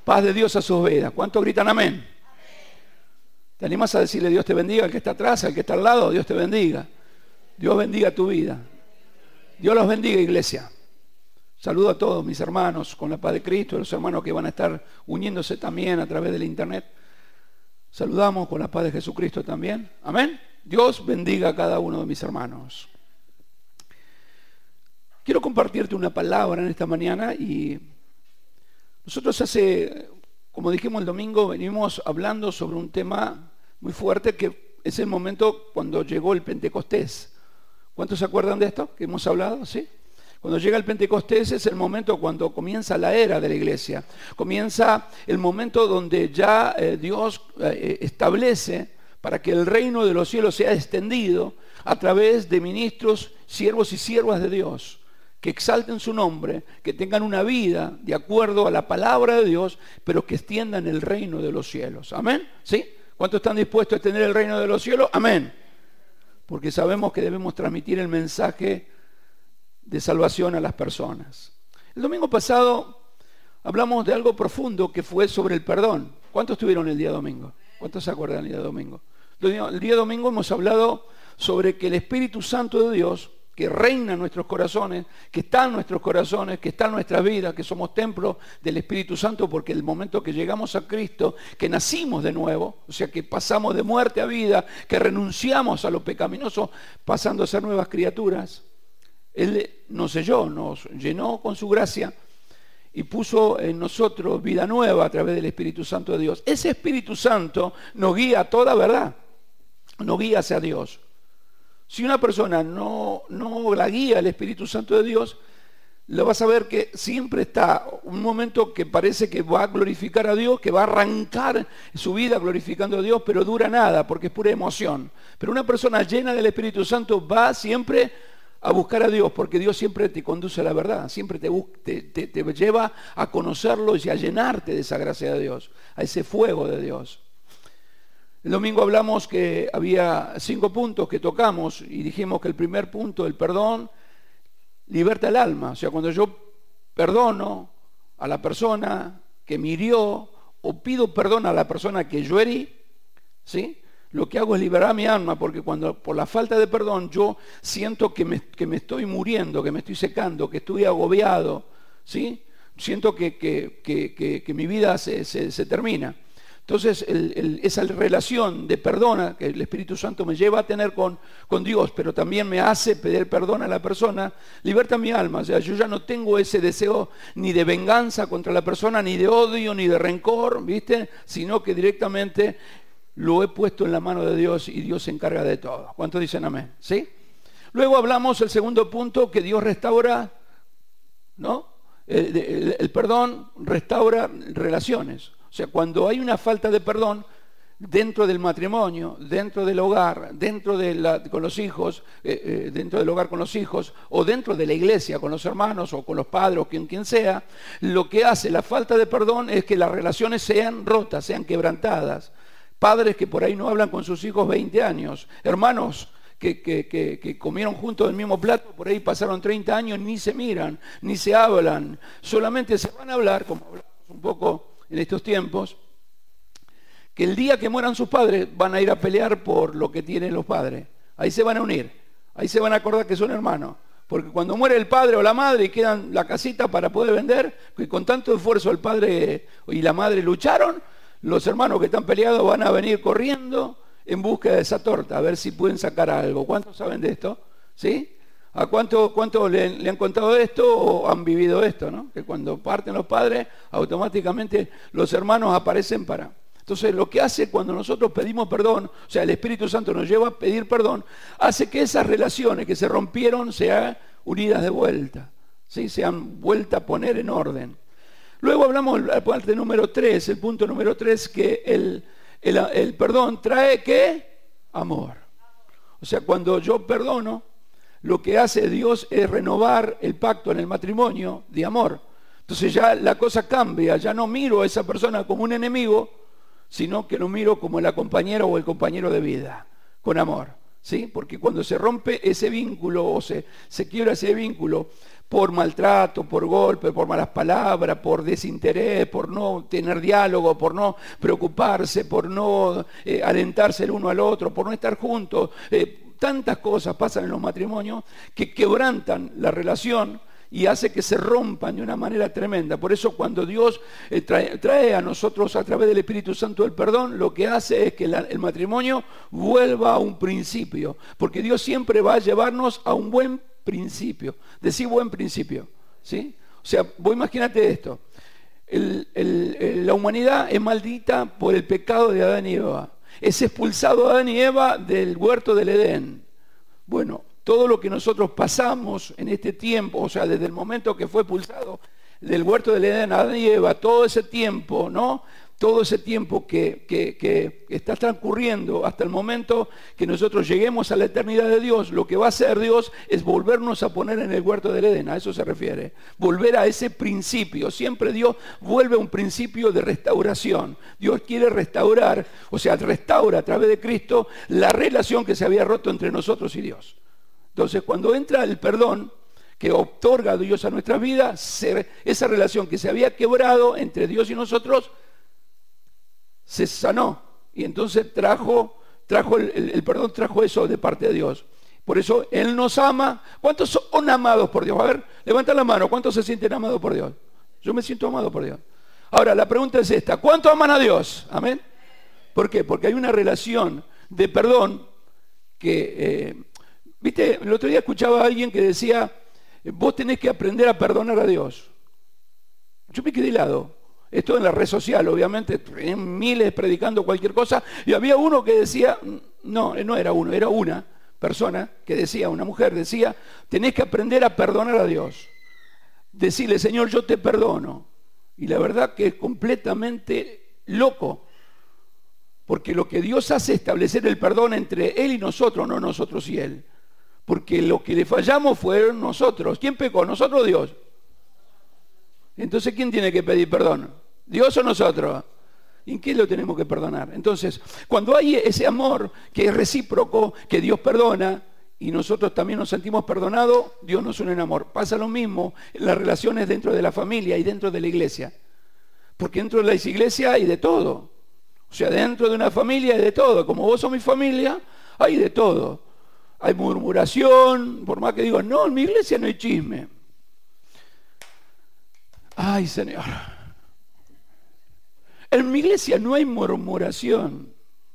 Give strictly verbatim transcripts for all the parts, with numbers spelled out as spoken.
Paz de Dios a sus vidas. ¿Cuántos gritan amén? Amén. ¿Te animas a decirle Dios te bendiga al que está atrás, al que está al lado? Dios te bendiga. Dios bendiga tu vida. Dios los bendiga, iglesia. Saludo a todos mis hermanos con la paz de Cristo, los hermanos que van a estar uniéndose también a través del internet. Saludamos con la paz de Jesucristo también. Amén. Dios bendiga a cada uno de mis hermanos. Quiero compartirte una palabra en esta mañana y nosotros hace, como dijimos el domingo, venimos hablando sobre un tema muy fuerte que es el momento cuando llegó el Pentecostés. ¿Cuántos se acuerdan de esto que hemos hablado? ¿Sí? Cuando llega el Pentecostés es el momento cuando comienza la era de la iglesia. Comienza el momento donde ya eh, Dios eh, establece para que el reino de los cielos sea extendido a través de ministros, siervos y siervas de Dios, que exalten su nombre, que tengan una vida de acuerdo a la palabra de Dios, pero que extiendan el reino de los cielos. ¿Amén? ¿Sí? ¿Cuántos están dispuestos a extender el reino de los cielos? Amén. Porque sabemos que debemos transmitir el mensaje de salvación a las personas. El domingo pasado hablamos de algo profundo que fue sobre el perdón. ¿Cuántos estuvieron el día domingo? ¿Cuántos se acuerdan el día domingo? El día domingo hemos hablado sobre que el Espíritu Santo de Dios, que reina en nuestros corazones, que está en nuestros corazones, que está en nuestras vidas, que somos templos del Espíritu Santo, porque el momento que llegamos a Cristo, que nacimos de nuevo, o sea que pasamos de muerte a vida, que renunciamos a lo pecaminoso, pasando a ser nuevas criaturas, Él nos selló, nos llenó con su gracia y puso en nosotros vida nueva a través del Espíritu Santo de Dios. Ese Espíritu Santo nos guía a toda verdad, nos guía hacia Dios. Si una persona no, no la guía el Espíritu Santo de Dios, lo vas a ver que siempre está un momento que parece que va a glorificar a Dios, que va a arrancar su vida glorificando a Dios, pero dura nada porque es pura emoción. Pero una persona llena del Espíritu Santo va siempre a buscar a Dios, porque Dios siempre te conduce a la verdad, siempre te, te, te, te lleva a conocerlo y a llenarte de esa gracia de Dios, a ese fuego de Dios. El domingo hablamos que había cinco puntos que tocamos y dijimos que el primer punto, el perdón, liberta el alma. O sea, cuando yo perdono a la persona que me hirió o pido perdón a la persona que yo herí, ¿sí?, lo que hago es liberar mi alma, porque cuando por la falta de perdón yo siento que me, que me estoy muriendo, que me estoy secando, que estoy agobiado, ¿sí? Siento que, que, que, que, que mi vida se, se, se termina. Entonces el, el, esa relación de perdón que el Espíritu Santo me lleva a tener con, con Dios, pero también me hace pedir perdón a la persona, liberta mi alma. O sea, yo ya no tengo ese deseo ni de venganza contra la persona, ni de odio, ni de rencor, ¿viste? Sino que directamente lo he puesto en la mano de Dios y Dios se encarga de todo. ¿Cuántos dicen amén? ¿Sí? Luego hablamos el segundo punto, que Dios restaura, ¿no? El, el, el perdón restaura relaciones. O sea, cuando hay una falta de perdón dentro del matrimonio, dentro del hogar, dentro de la, con los hijos, eh, eh, dentro del hogar con los hijos, o dentro de la iglesia con los hermanos o con los padres o quien, quien sea, lo que hace la falta de perdón es que las relaciones sean rotas, sean quebrantadas. Padres que por ahí no hablan con sus hijos veinte años, hermanos que, que, que, que comieron juntos el mismo plato, por ahí pasaron treinta años, ni se miran, ni se hablan, solamente se van a hablar, como hablamos un poco en estos tiempos, que el día que mueran sus padres van a ir a pelear por lo que tienen los padres. Ahí se van a unir, ahí se van a acordar que son hermanos, porque cuando muere el padre o la madre y quedan la casita para poder vender, y con tanto esfuerzo el padre y la madre lucharon, los hermanos que están peleados van a venir corriendo en busca de esa torta, a ver si pueden sacar algo. ¿Cuántos saben de esto? ¿Sí? ¿A cuántos cuánto le, le han contado esto o han vivido esto, ¿no? Que cuando parten los padres, automáticamente los hermanos aparecen para... Entonces, lo que hace cuando nosotros pedimos perdón, o sea, el Espíritu Santo nos lleva a pedir perdón, hace que esas relaciones que se rompieron sean unidas de vuelta, ¿sí? Sean vuelta a poner en orden. Luego hablamos de la parte número tres, el punto número tres, que el, el, el perdón trae, ¿qué? Amor. O sea, cuando yo perdono, lo que hace Dios es renovar el pacto en el matrimonio de amor. Entonces ya la cosa cambia, ya no miro a esa persona como un enemigo, sino que lo miro como la compañera o el compañero de vida, con amor. ¿Sí? Porque cuando se rompe ese vínculo o se, se quiebra ese vínculo por maltrato, por golpe, por malas palabras, por desinterés, por no tener diálogo, por no preocuparse, por no eh, alentarse el uno al otro, por no estar juntos. Eh, tantas cosas pasan en los matrimonios que quebrantan la relación y hace que se rompan de una manera tremenda. Por eso cuando Dios eh, trae, trae a nosotros a través del Espíritu Santo el perdón, lo que hace es que la, el matrimonio vuelva a un principio, porque Dios siempre va a llevarnos a un buen principio. Decí buen principio, ¿sí? O sea, vos imagínate esto. El, el, el, la humanidad es maldita por el pecado de Adán y Eva. Es expulsado Adán y Eva del huerto del Edén. Bueno, todo lo que nosotros pasamos en este tiempo, o sea, desde el momento que fue expulsado del huerto del Edén Adán y Eva, todo ese tiempo, ¿no? Todo ese tiempo que, que, que está transcurriendo hasta el momento que nosotros lleguemos a la eternidad de Dios, lo que va a hacer Dios es volvernos a poner en el huerto del Edén, a eso se refiere, volver a ese principio. Siempre Dios vuelve a un principio de restauración. Dios quiere restaurar, o sea, restaura a través de Cristo la relación que se había roto entre nosotros y Dios. Entonces, cuando entra el perdón que otorga Dios a nuestras vidas, se, esa relación que se había quebrado entre Dios y nosotros se sanó, y entonces trajo, trajo el, el, el perdón trajo eso de parte de Dios. Por eso Él nos ama. ¿Cuántos son amados por Dios? A ver, levanta la mano. ¿Cuántos se sienten amados por Dios? Yo me siento amado por Dios. Ahora, la pregunta es esta: ¿cuánto aman a Dios? Amén. ¿Por qué? Porque hay una relación de perdón que, eh, viste, el otro día escuchaba a alguien que decía, vos tenés que aprender a perdonar a Dios. Yo me quedé helado. Esto en la red social, obviamente, en miles predicando cualquier cosa, y había uno que decía, no, no era uno, era una persona que decía, una mujer decía, tenés que aprender a perdonar a Dios. Decirle, Señor, yo te perdono. Y la verdad que es completamente loco, porque lo que Dios hace es establecer el perdón entre Él y nosotros, no nosotros y Él. Porque lo que le fallamos fueron nosotros. ¿Quién pecó? ¿Nosotros o Dios? Entonces, ¿quién tiene que pedir perdón? ¿Dios o nosotros? ¿En qué lo tenemos que perdonar? Entonces, cuando hay ese amor que es recíproco, que Dios perdona, y nosotros también nos sentimos perdonados, Dios nos une en amor. Pasa lo mismo en las relaciones dentro de la familia y dentro de la iglesia. Porque dentro de la iglesia hay de todo. O sea, dentro de una familia hay de todo. Como vos sos mi familia, hay de todo. Hay murmuración, por más que digo, no, en mi iglesia no hay chisme. Ay, Señor. En mi iglesia no hay murmuración.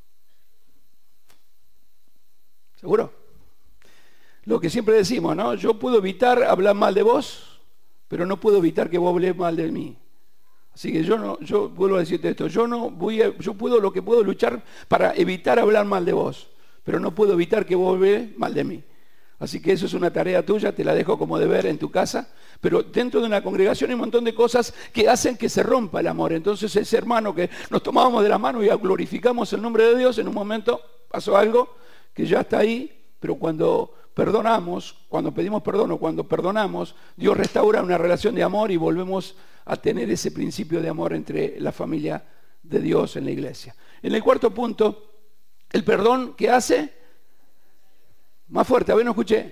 ¿Seguro? Lo que siempre decimos, ¿no? Yo puedo evitar hablar mal de vos, pero no puedo evitar que vos hables mal de mí. Así que yo no, yo vuelvo a decirte esto, yo no voy a, yo puedo lo que puedo luchar para evitar hablar mal de vos, pero no puedo evitar que vos hables mal de mí. Así que eso es una tarea tuya, te la dejo como deber en tu casa, pero dentro de una congregación hay un montón de cosas que hacen que se rompa el amor. Entonces ese hermano que nos tomábamos de la mano y glorificamos el nombre de Dios, en un momento pasó algo que ya está ahí, pero cuando perdonamos, cuando pedimos perdón o cuando perdonamos, Dios restaura una relación de amor y volvemos a tener ese principio de amor entre la familia de Dios en la iglesia. En el cuarto punto, el perdón, ¿qué hace? Más fuerte, a ver, no escuché.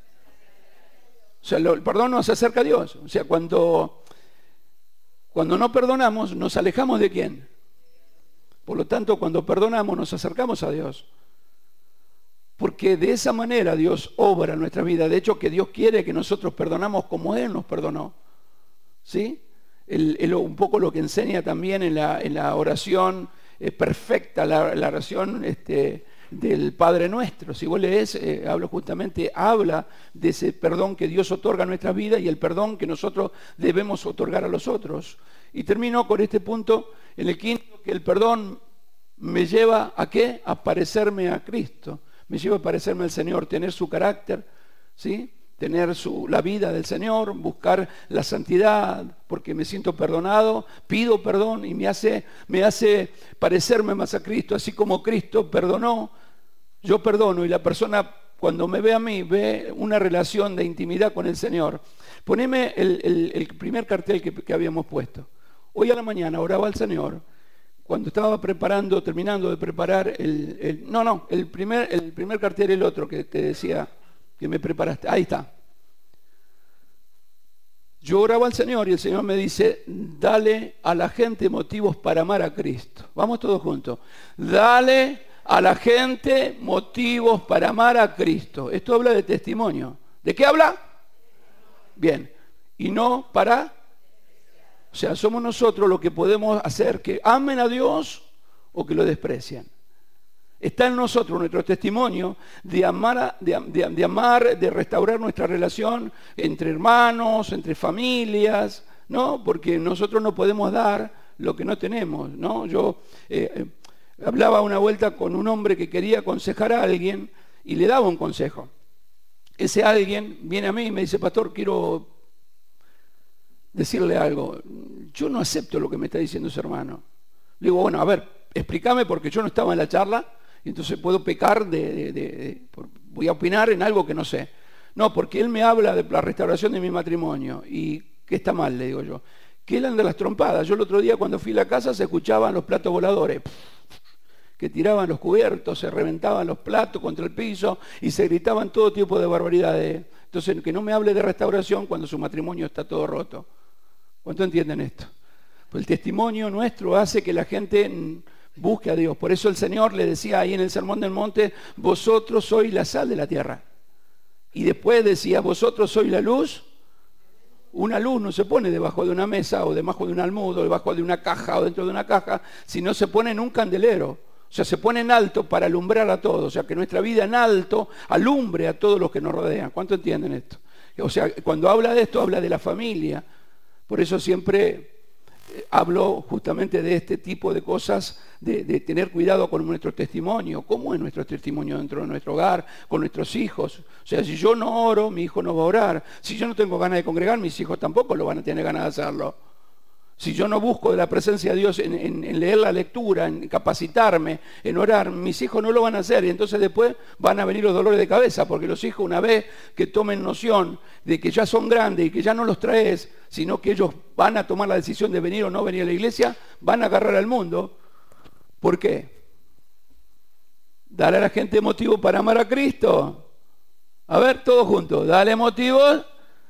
O sea, el perdón nos acerca a Dios. O sea, cuando, cuando no perdonamos, nos alejamos de ¿quién? Por lo tanto, cuando perdonamos, nos acercamos a Dios. Porque de esa manera Dios obra en nuestra vida. De hecho, que Dios quiere que nosotros perdonamos como Él nos perdonó. ¿Sí? El, el, un poco lo que enseña también en la, en la oración eh, perfecta, la, la oración este, del Padre Nuestro. Si vos lees, eh, hablo justamente, habla de ese perdón que Dios otorga a nuestra vida y el perdón que nosotros debemos otorgar a los otros. Y termino con este punto, en el quinto, que el perdón me lleva ¿a qué? A parecerme a Cristo. Me lleva a parecerme al Señor, tener su carácter, ¿sí? Tener su, la vida del Señor, buscar la santidad, porque me siento perdonado, pido perdón y me hace, me hace parecerme más a Cristo, así como Cristo perdonó, yo perdono, y la persona cuando me ve a mí ve una relación de intimidad con el Señor. Poneme el, el, el primer cartel que, que habíamos puesto. Hoy a la mañana oraba al Señor. Cuando estaba preparando, terminando de preparar el, el no, no, el primer, el primer cartel, el otro que te decía que me preparaste, ahí está. Yo oraba al Señor y el Señor me dice, dale a la gente motivos para amar a Cristo. Vamos todos juntos. Dale a la gente motivos para amar a Cristo. Esto habla de testimonio. ¿De qué habla? Bien. Y no para... O sea, somos nosotros los que podemos hacer que amen a Dios o que lo desprecian. Está en nosotros nuestro testimonio de amar, de, de, de amar, de restaurar nuestra relación entre hermanos, entre familias, ¿no? Porque nosotros no podemos dar lo que no tenemos, ¿no? Yo eh, hablaba una vuelta con un hombre que quería aconsejar a alguien y le daba un consejo. Ese alguien viene a mí y me dice, pastor, quiero decirle algo. Yo no acepto lo que me está diciendo ese hermano. Le digo, bueno, a ver, explícame porque yo no estaba en la charla. Y entonces puedo pecar de, de, de, de por, voy a opinar en algo que no sé. No, porque él me habla de la restauración de mi matrimonio. ¿Y qué está mal? Le digo yo. Que él anda las trompadas. Yo el otro día cuando fui a la casa se escuchaban los platos voladores. Que tiraban los cubiertos, se reventaban los platos contra el piso y se gritaban todo tipo de barbaridades. Entonces, que no me hable de restauración cuando su matrimonio está todo roto. ¿Cuánto entienden esto? Pues el testimonio nuestro hace que la gente... busque a Dios. Por eso el Señor le decía ahí en el Sermón del Monte, vosotros sois la sal de la tierra. Y después decía, vosotros sois la luz. Una luz no se pone debajo de una mesa o debajo de un almudo, debajo de una caja o dentro de una caja, sino se pone en un candelero. O sea, se pone en alto para alumbrar a todos. O sea, que nuestra vida en alto alumbre a todos los que nos rodean. ¿Cuánto entienden esto? O sea, cuando habla de esto, habla de la familia. Por eso siempre... hablo justamente de este tipo de cosas, de, de tener cuidado con nuestro testimonio. ¿Cómo es nuestro testimonio dentro de nuestro hogar, con nuestros hijos? O sea, si yo no oro, mi hijo no va a orar. Si yo no tengo ganas de congregar, mis hijos tampoco lo van a tener ganas de hacerlo. Si yo no busco de la presencia de Dios en, en, en leer la lectura, en capacitarme, en orar, mis hijos no lo van a hacer. Y entonces después van a venir los dolores de cabeza, porque los hijos una vez que tomen noción de que ya son grandes y que ya no los traes, sino que ellos van a tomar la decisión de venir o no venir a la iglesia, van a agarrar al mundo. ¿Por qué? Dale a la gente motivo para amar a Cristo. A ver, todos juntos, dale motivos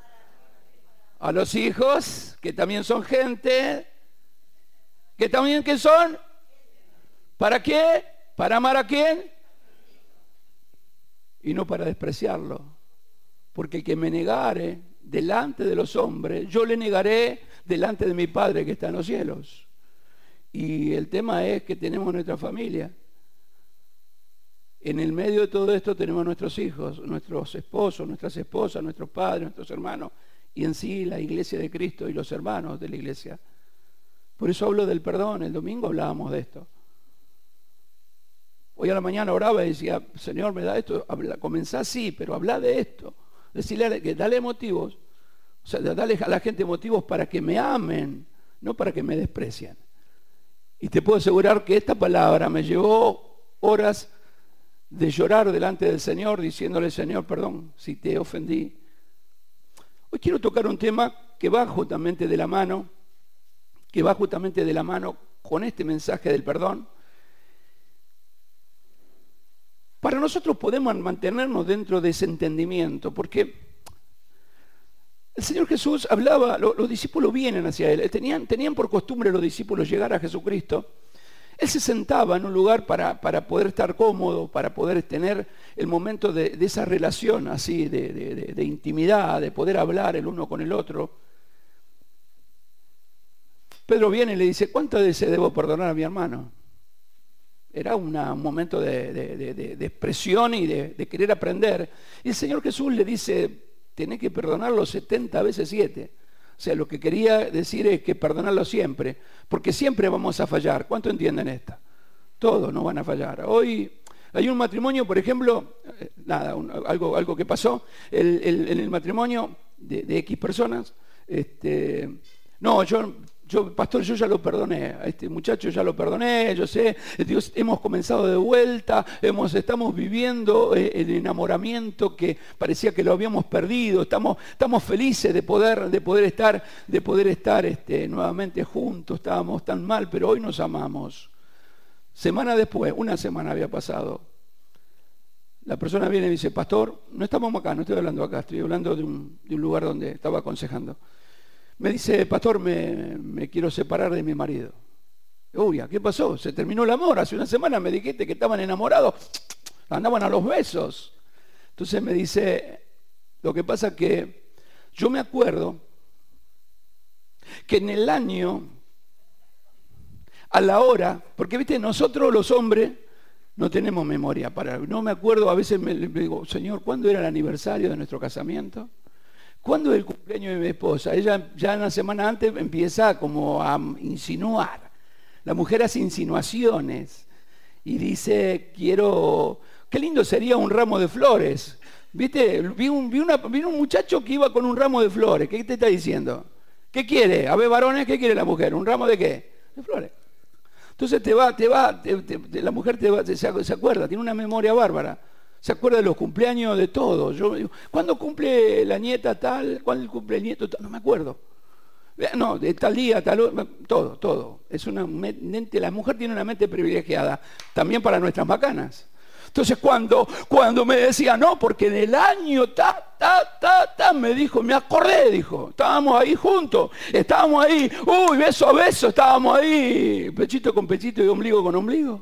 a los hijos, que también son gente, que también que son, ¿para qué? ¿Para amar a quién? Y no para despreciarlo, porque el que me negare delante de los hombres, yo le negaré delante de mi Padre que está en los cielos. Y el tema es que tenemos nuestra familia. En el medio de todo esto tenemos nuestros hijos, nuestros esposos, nuestras esposas, nuestros padres, nuestros hermanos, y en sí la iglesia de Cristo y los hermanos de la iglesia. Por eso hablo del perdón. El domingo hablábamos de esto. Hoy a la mañana oraba y decía, Señor, me da esto. Habla, comenzá así, pero habla de esto. Decirle que dale motivos, o sea, dale a la gente motivos para que me amen, no para que me desprecien. Y te puedo asegurar que esta palabra me llevó horas de llorar delante del Señor, diciéndole, Señor, perdón si te ofendí. Hoy quiero tocar un tema que va justamente de la mano, que va justamente de la mano con este mensaje del perdón. Para nosotros podemos mantenernos dentro de ese entendimiento, porque el Señor Jesús hablaba, los, los discípulos vienen hacia Él, tenían, tenían por costumbre los discípulos llegar a Jesucristo. Él se sentaba en un lugar para, para poder estar cómodo, para poder tener el momento de, de esa relación así, de, de, de, de intimidad, de poder hablar el uno con el otro. Pedro viene y le dice, ¿cuántas veces debo perdonar a mi hermano? Era una, un momento de, de, de, de, de expresión y de, de querer aprender. Y el Señor Jesús le dice, tenés que perdonarlo setenta veces siete. O sea, lo que quería decir es que perdonarlo siempre, porque siempre vamos a fallar. ¿Cuánto entienden esto? Todos no van a fallar. Hoy hay un matrimonio, por ejemplo, eh, nada, un, algo, algo que pasó, el, el, en el matrimonio de, de X personas, este, no, yo... Yo, pastor, yo ya lo perdoné, a este muchacho ya lo perdoné, yo sé, Dios, hemos comenzado de vuelta, hemos, estamos viviendo eh, el enamoramiento que parecía que lo habíamos perdido, estamos, estamos felices de poder, de poder estar, de poder estar este, nuevamente juntos, estábamos tan mal, pero hoy nos amamos. Semana después, una semana había pasado, la persona viene y dice, pastor, no estamos acá, no estoy hablando acá, estoy hablando de un, de un lugar donde estaba aconsejando. Me dice, pastor, me, me quiero separar de mi marido. Uy, ¿qué pasó? Se terminó el amor. Hace una semana me dijiste que estaban enamorados, andaban a los besos. Entonces me dice, lo que pasa es que yo me acuerdo que en el año, a la hora, porque viste, nosotros los hombres no tenemos memoria para, no me acuerdo, a veces me, me digo, Señor, ¿cuándo era el aniversario de nuestro casamiento? ¿Cuándo es el cumpleaños de mi esposa? Ella ya una semana antes empieza como a insinuar. La mujer hace insinuaciones y dice, quiero, qué lindo sería un ramo de flores. ¿Viste? Vi un, vi, una, vi un muchacho que iba con un ramo de flores. ¿Qué te está diciendo? ¿Qué quiere? A ver, varones, ¿qué quiere la mujer? ¿Un ramo de qué? De flores. Entonces te va, te va, te, te, la mujer te va, se, se acuerda, tiene una memoria bárbara. Se acuerda de los cumpleaños de todo. Yo digo, ¿cuándo cumple la nieta tal? ¿Cuándo cumple el nieto tal? No me acuerdo. No, de tal día, tal todo, todo. Es una mente, la mujer tiene una mente privilegiada, también para nuestras macanas. Entonces cuando, cuando me decía, no, porque en el año ta, ta, ta, ta, me dijo, me acordé, dijo, estábamos ahí juntos, estábamos ahí, uy, beso a beso, estábamos ahí, pechito con pechito y ombligo con ombligo.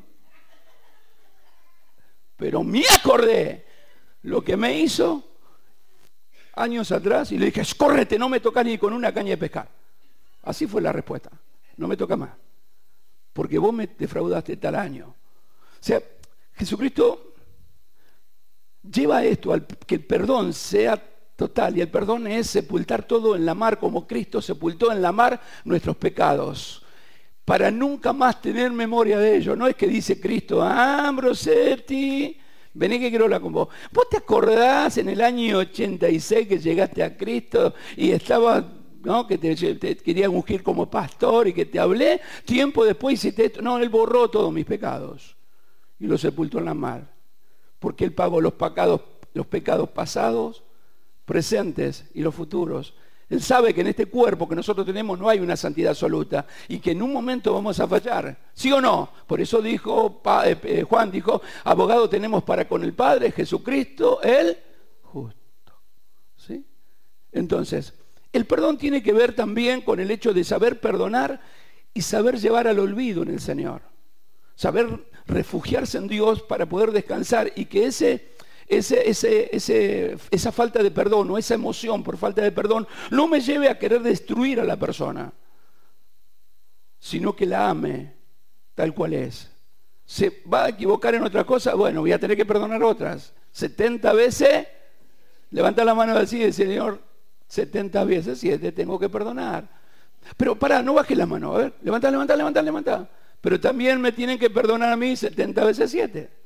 Pero me acordé lo que me hizo años atrás y le dije, córrete, no me tocas ni con una caña de pescar. Así fue la respuesta, no me toca más, porque vos me defraudaste tal año. O sea, Jesucristo lleva esto, al que el perdón sea total, y el perdón es sepultar todo en la mar, como Cristo sepultó en la mar nuestros pecados, para nunca más tener memoria de ellos. No es que dice Cristo, Ambrosetti, vení que quiero hablar con vos. ¿Vos te acordás en el año ochenta y seis que llegaste a Cristo y estabas, ¿no? que te, te quería ungir como pastor y que te hablé? Tiempo después hiciste esto. No, Él borró todos mis pecados y los sepultó en la mar, porque Él pagó los pecados, los pecados pasados, presentes y los futuros. Él sabe que en este cuerpo que nosotros tenemos no hay una santidad absoluta y que en un momento vamos a fallar, ¿sí o no? Por eso dijo Juan, dijo, abogado tenemos para con el Padre, Jesucristo, el justo. ¿Sí? Entonces, el perdón tiene que ver también con el hecho de saber perdonar y saber llevar al olvido en el Señor. Saber refugiarse en Dios para poder descansar y que ese... Ese, ese, ese, esa falta de perdón o esa emoción por falta de perdón no me lleve a querer destruir a la persona, sino que la ame tal cual es. ¿Se va a equivocar en otra cosa? Bueno, voy a tener que perdonar otras. setenta veces, levanta la mano así y dice, Señor, setenta veces siete tengo que perdonar. Pero pará, no bajes la mano, a ver, levanta, levanta, levanta, levanta. Pero también me tienen que perdonar a mí setenta veces siete.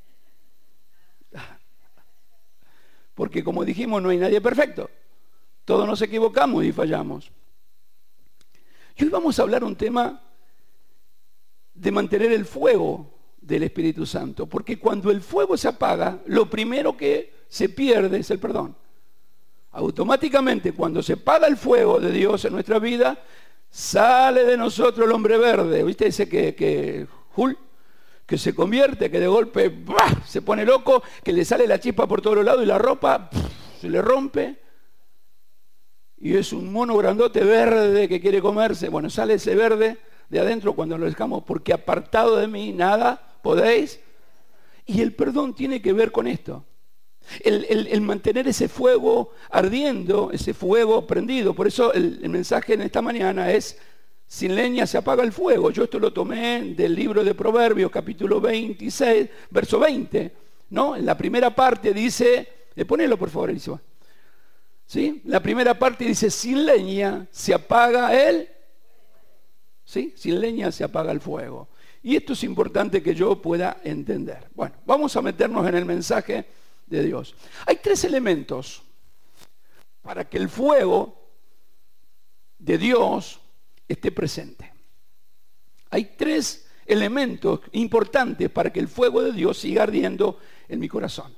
Porque como dijimos, no hay nadie perfecto. Todos nos equivocamos y fallamos. Y hoy vamos a hablar un tema de mantener el fuego del Espíritu Santo. Porque cuando el fuego se apaga, lo primero que se pierde es el perdón. Automáticamente, cuando se apaga el fuego de Dios en nuestra vida, sale de nosotros el hombre verde. ¿Viste ese que, que Hulk? Que se convierte, que de golpe ¡bah!, se pone loco, que le sale la chispa por todos los lados y la ropa ¡puf!, se le rompe y es un mono grandote verde que quiere comerse. Bueno, sale ese verde de adentro cuando lo dejamos, porque apartado de mí nada podéis. Y el perdón tiene que ver con esto, el, el, el mantener ese fuego ardiendo, ese fuego prendido. Por eso el, el mensaje en esta mañana es: sin leña se apaga el fuego. Yo esto lo tomé del libro de Proverbios, capítulo veintiséis, verso veinte, ¿no? En la primera parte dice, eh, ponelo por favor, Eliseo. ¿Sí? La primera parte dice, sin leña se apaga el, ¿sí? Sin leña se apaga el fuego. Y esto es importante que yo pueda entender. Bueno, vamos a meternos en el mensaje de Dios. Hay tres elementos para que el fuego de Dios esté presente. Hay tres elementos importantes para que el fuego de Dios siga ardiendo en mi corazón.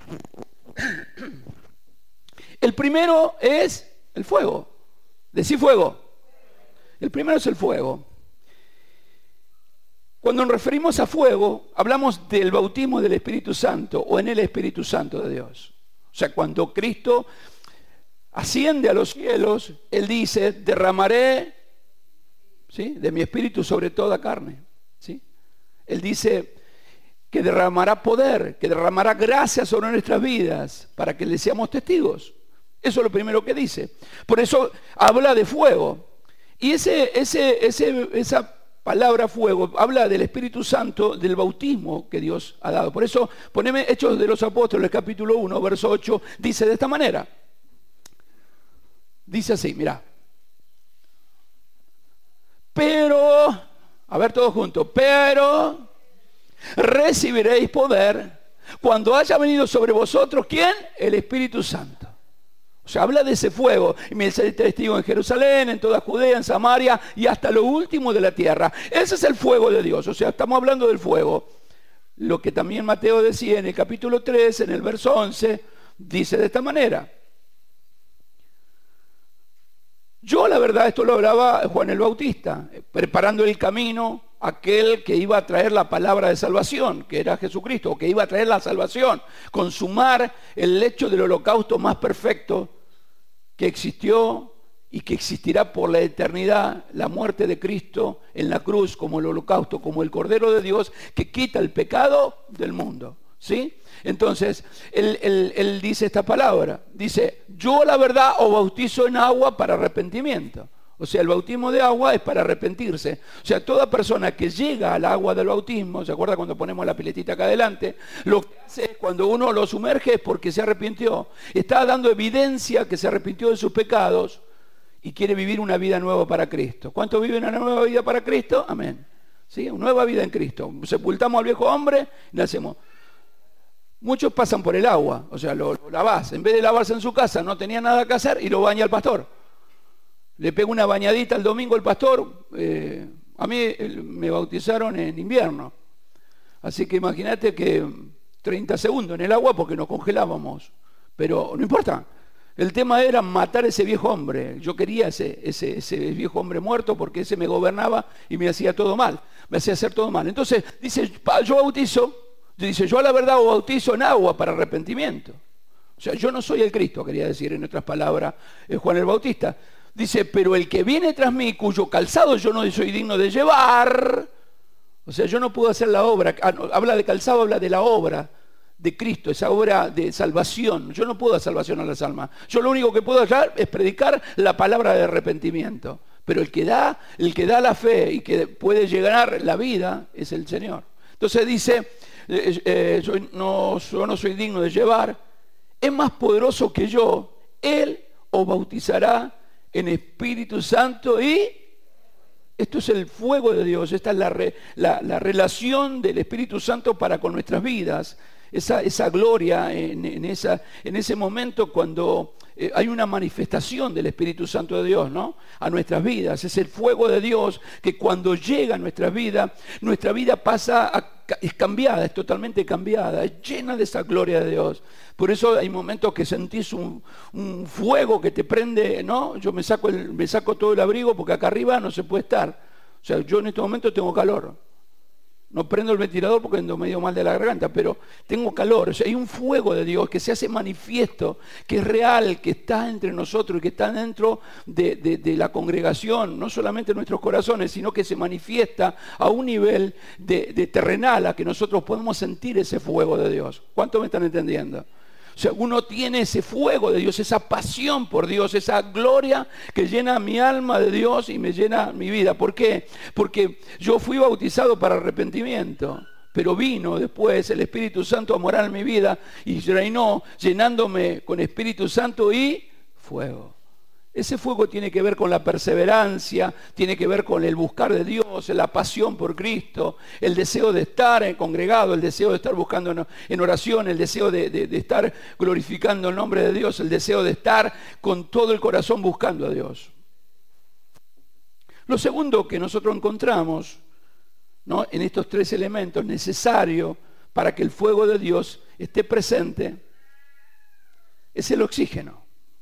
El primero es el fuego. Decí fuego. El primero es el fuego. Cuando nos referimos a fuego, hablamos del bautismo del Espíritu Santo o en el Espíritu Santo de Dios. O sea, cuando Cristo asciende a los cielos, Él dice, derramaré, ¿sí?, de mi espíritu sobre toda carne, ¿sí? Él dice que derramará poder, que derramará gracia sobre nuestras vidas para que le seamos testigos. Eso es lo primero que dice. Por eso habla de fuego. Y ese, ese, ese, esa palabra fuego habla del Espíritu Santo, del bautismo que Dios ha dado. Por eso poneme Hechos de los Apóstoles, capítulo uno, verso ocho, dice de esta manera. Dice así, mirá. Pero, a ver todos juntos, pero recibiréis poder cuando haya venido sobre vosotros, ¿quién? El Espíritu Santo. O sea, habla de ese fuego. Y me seréis testigo en Jerusalén, en toda Judea, en Samaria y hasta lo último de la tierra. Ese es el fuego de Dios. O sea, estamos hablando del fuego. Lo que también Mateo decía en el capítulo tres, en el verso once, dice de esta manera. Yo, la verdad, esto lo hablaba Juan el Bautista, preparando el camino a aquel que iba a traer la palabra de salvación, que era Jesucristo, que iba a traer la salvación, consumar el hecho del holocausto más perfecto que existió y que existirá por la eternidad, la muerte de Cristo en la cruz como el holocausto, como el Cordero de Dios que quita el pecado del mundo, ¿sí? Entonces, él, él, él dice esta palabra, dice, yo la verdad os bautizo en agua para arrepentimiento. O sea, el bautismo de agua es para arrepentirse. O sea, toda persona que llega al agua del bautismo, ¿se acuerda cuando ponemos la piletita acá adelante? Lo que hace es cuando uno lo sumerge es porque se arrepintió. Está dando evidencia que se arrepintió de sus pecados y quiere vivir una vida nueva para Cristo. ¿Cuántos viven una nueva vida para Cristo? Amén. ¿Sí? Una nueva vida en Cristo. Sepultamos al viejo hombre y nacemos. Muchos pasan por el agua, o sea, lo, lo lavás. En vez de lavarse en su casa, no tenía nada que hacer y lo baña el pastor. Le pega una bañadita el domingo al pastor. Eh, a mí eh, me bautizaron en invierno. Así que imagínate que treinta segundos en el agua porque nos congelábamos. Pero no importa. El tema era matar a ese viejo hombre. Yo quería ese, ese, ese viejo hombre muerto porque ese me gobernaba y me hacía todo mal. Me hacía hacer todo mal. Entonces dice, yo bautizo. Dice, yo a la verdad os bautizo en agua para arrepentimiento. O sea, yo no soy el Cristo, quería decir en otras palabras eh, Juan el Bautista. Dice, pero el que viene tras mí, cuyo calzado yo no soy digno de llevar, o sea, yo no puedo hacer la obra. Ah, no, habla de calzado, habla de la obra de Cristo, esa obra de salvación. Yo no puedo dar salvación a las almas. Yo lo único que puedo hacer es predicar la palabra de arrepentimiento. Pero el que da, el que da la fe y que puede llegar la vida es el Señor. Entonces dice, eh, eh, yo, no, yo no soy digno de llevar, es más poderoso que yo, Él os bautizará en Espíritu Santo y esto es el fuego de Dios, esta es la, re, la, la relación del Espíritu Santo para con nuestras vidas, esa, esa gloria en, en, esa, en ese momento cuando eh, hay una manifestación del Espíritu Santo de Dios, ¿no?, a nuestras vidas. Es el fuego de Dios que cuando llega a nuestras vidas, nuestra vida pasa a, es cambiada, es totalmente cambiada, es llena de esa gloria de Dios. Por eso hay momentos que sentís un, un fuego que te prende, ¿no? Yo me saco, el, me saco todo el abrigo porque acá arriba no se puede estar. O sea, yo en este momento tengo calor. No prendo el ventilador porque ando medio mal de la garganta, pero tengo calor. O sea, hay un fuego de Dios que se hace manifiesto, que es real, que está entre nosotros y que está dentro de, de, de la congregación, no solamente en nuestros corazones, sino que se manifiesta a un nivel de, de terrenal, a que nosotros podemos sentir ese fuego de Dios. ¿Cuántos me están entendiendo? O sea, uno tiene ese fuego de Dios, esa pasión por Dios, esa gloria que llena mi alma de Dios y me llena mi vida. ¿Por qué? Porque yo fui bautizado para arrepentimiento, pero vino después el Espíritu Santo a morar en mi vida y reinó llenándome con Espíritu Santo y fuego. Ese fuego tiene que ver con la perseverancia, tiene que ver con el buscar de Dios, la pasión por Cristo, el deseo de estar congregado, el deseo de estar buscando en oración, el deseo de, de, de estar glorificando el nombre de Dios, el deseo de estar con todo el corazón buscando a Dios. Lo segundo que nosotros encontramos, ¿no?, en estos tres elementos necesarios para que el fuego de Dios esté presente es el oxígeno.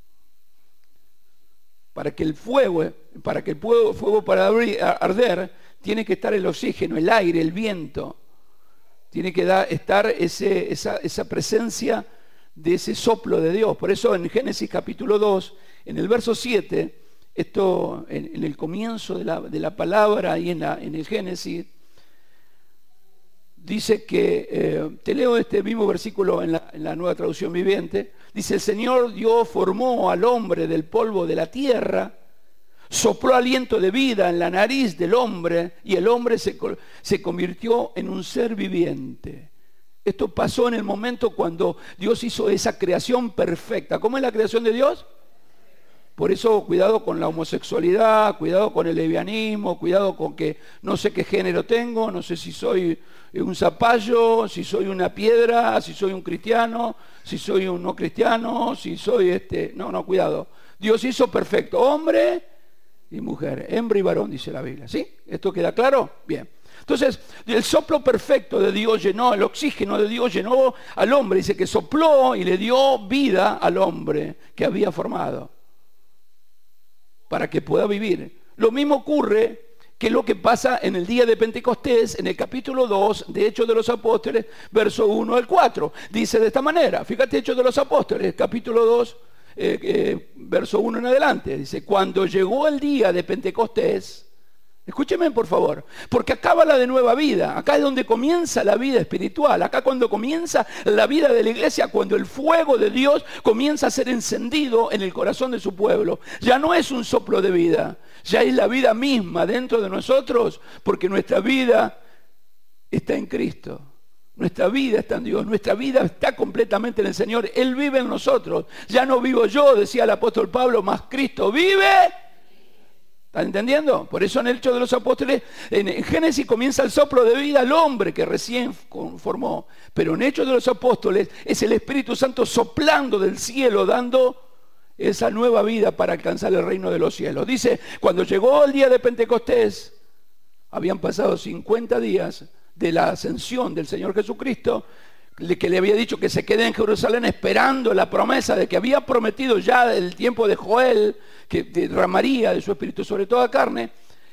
Para que el fuego, para que el fuego, fuego para arder, tiene que estar el oxígeno, el aire, el viento. Tiene que da, estar ese, esa, esa presencia de ese soplo de Dios. Por eso en Génesis capítulo dos, en el verso siete, esto en, en el comienzo de la, de la palabra y en, la, en el Génesis, dice que, eh, te leo este mismo versículo en la, en la Nueva Traducción Viviente, dice: el Señor Dios formó al hombre del polvo de la tierra, sopló aliento de vida en la nariz del hombre y el hombre se, se convirtió en un ser viviente. Esto pasó en el momento cuando Dios hizo esa creación perfecta. ¿Cómo es la creación de Dios? Por eso cuidado con la homosexualidad, cuidado con el lesbianismo, cuidado con que no sé qué género tengo, no sé si soy un zapallo, si soy una piedra, si soy un cristiano, si soy un no cristiano, si soy este... No, no, cuidado. Dios hizo perfecto, hombre y mujer, hembra y varón, dice la Biblia. ¿Sí? ¿Esto queda claro? Bien. Entonces, el soplo perfecto de Dios llenó, el oxígeno de Dios llenó al hombre, dice que sopló y le dio vida al hombre que había formado, para que pueda vivir. Lo mismo ocurre que lo que pasa en el día de Pentecostés, en el capítulo dos de Hechos de los Apóstoles, verso uno al cuatro. Dice de esta manera, fíjate, Hechos de los Apóstoles, capítulo dos, eh, eh, verso uno en adelante. Dice: cuando llegó el día de Pentecostés, escúcheme por favor, porque acá va la de nueva vida, acá es donde comienza la vida espiritual, acá cuando comienza la vida de la iglesia, cuando el fuego de Dios comienza a ser encendido en el corazón de su pueblo. Ya no es un soplo de vida, ya es la vida misma dentro de nosotros, porque nuestra vida está en Cristo, nuestra vida está en Dios, nuestra vida está completamente en el Señor, Él vive en nosotros. Ya no vivo yo, decía el apóstol Pablo, más Cristo vive. ¿Están entendiendo? Por eso en el Hecho de los Apóstoles, en Génesis comienza el soplo de vida al hombre que recién formó, pero en Hechos de los Apóstoles es el Espíritu Santo soplando del cielo, dando esa nueva vida para alcanzar el reino de los cielos. Dice, cuando llegó el día de Pentecostés, habían pasado cincuenta días de la ascensión del Señor Jesucristo, que le había dicho que se quede en Jerusalén esperando la promesa de que había prometido ya el tiempo de Joel, que derramaría de su espíritu sobre toda carne.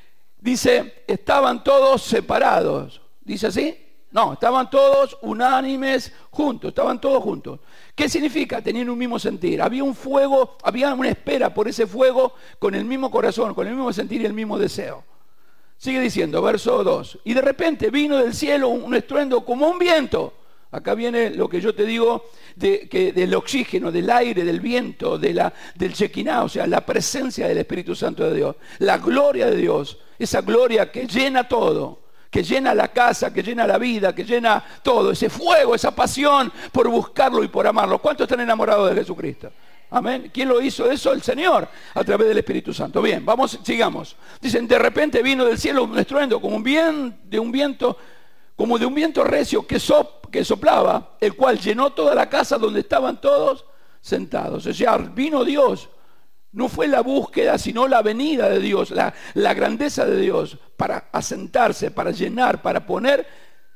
Dice, estaban todos separados. ¿Dice así? No, estaban todos unánimes juntos, estaban todos juntos. ¿Qué significa? Tenían un mismo sentir. Había un fuego, había una espera por ese fuego, con el mismo corazón, con el mismo sentir y el mismo deseo. Sigue diciendo, verso dos. Y de repente vino del cielo un estruendo como un viento. Acá viene lo que yo te digo de, que del oxígeno, del aire, del viento, de la, del Shekinah, o sea, la presencia del Espíritu Santo de Dios, la gloria de Dios, esa gloria que llena todo, que llena la casa, que llena la vida, que llena todo, ese fuego, esa pasión por buscarlo y por amarlo. ¿Cuántos están enamorados de Jesucristo? Amén. ¿Quién lo hizo eso? El Señor, a través del Espíritu Santo. Bien, vamos, sigamos. Dicen, de repente vino del cielo un estruendo, como un bien, de un viento, como de un viento recio que, sop, que soplaba, el cual llenó toda la casa donde estaban todos sentados. O sea, vino Dios. No fue la búsqueda, sino la venida de Dios, la, la grandeza de Dios para asentarse, para llenar, para poner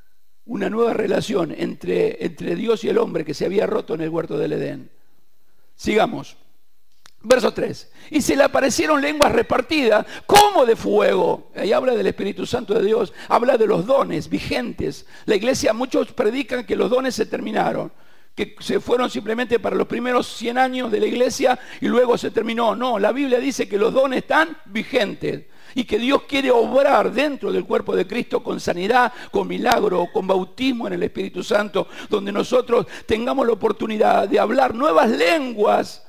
una nueva relación entre, entre Dios y el hombre que se había roto en el huerto del Edén. Sigamos. Verso tres. Y se le aparecieron lenguas repartidas como de fuego. Ahí habla del Espíritu Santo de Dios, habla de los dones vigentes. La iglesia, muchos predican que los dones se terminaron, que se fueron simplemente para los primeros cien años de la iglesia y luego se terminó. No, la Biblia dice que los dones están vigentes y que Dios quiere obrar dentro del cuerpo de Cristo con sanidad, con milagro, con bautismo en el Espíritu Santo, donde nosotros tengamos la oportunidad de hablar nuevas lenguas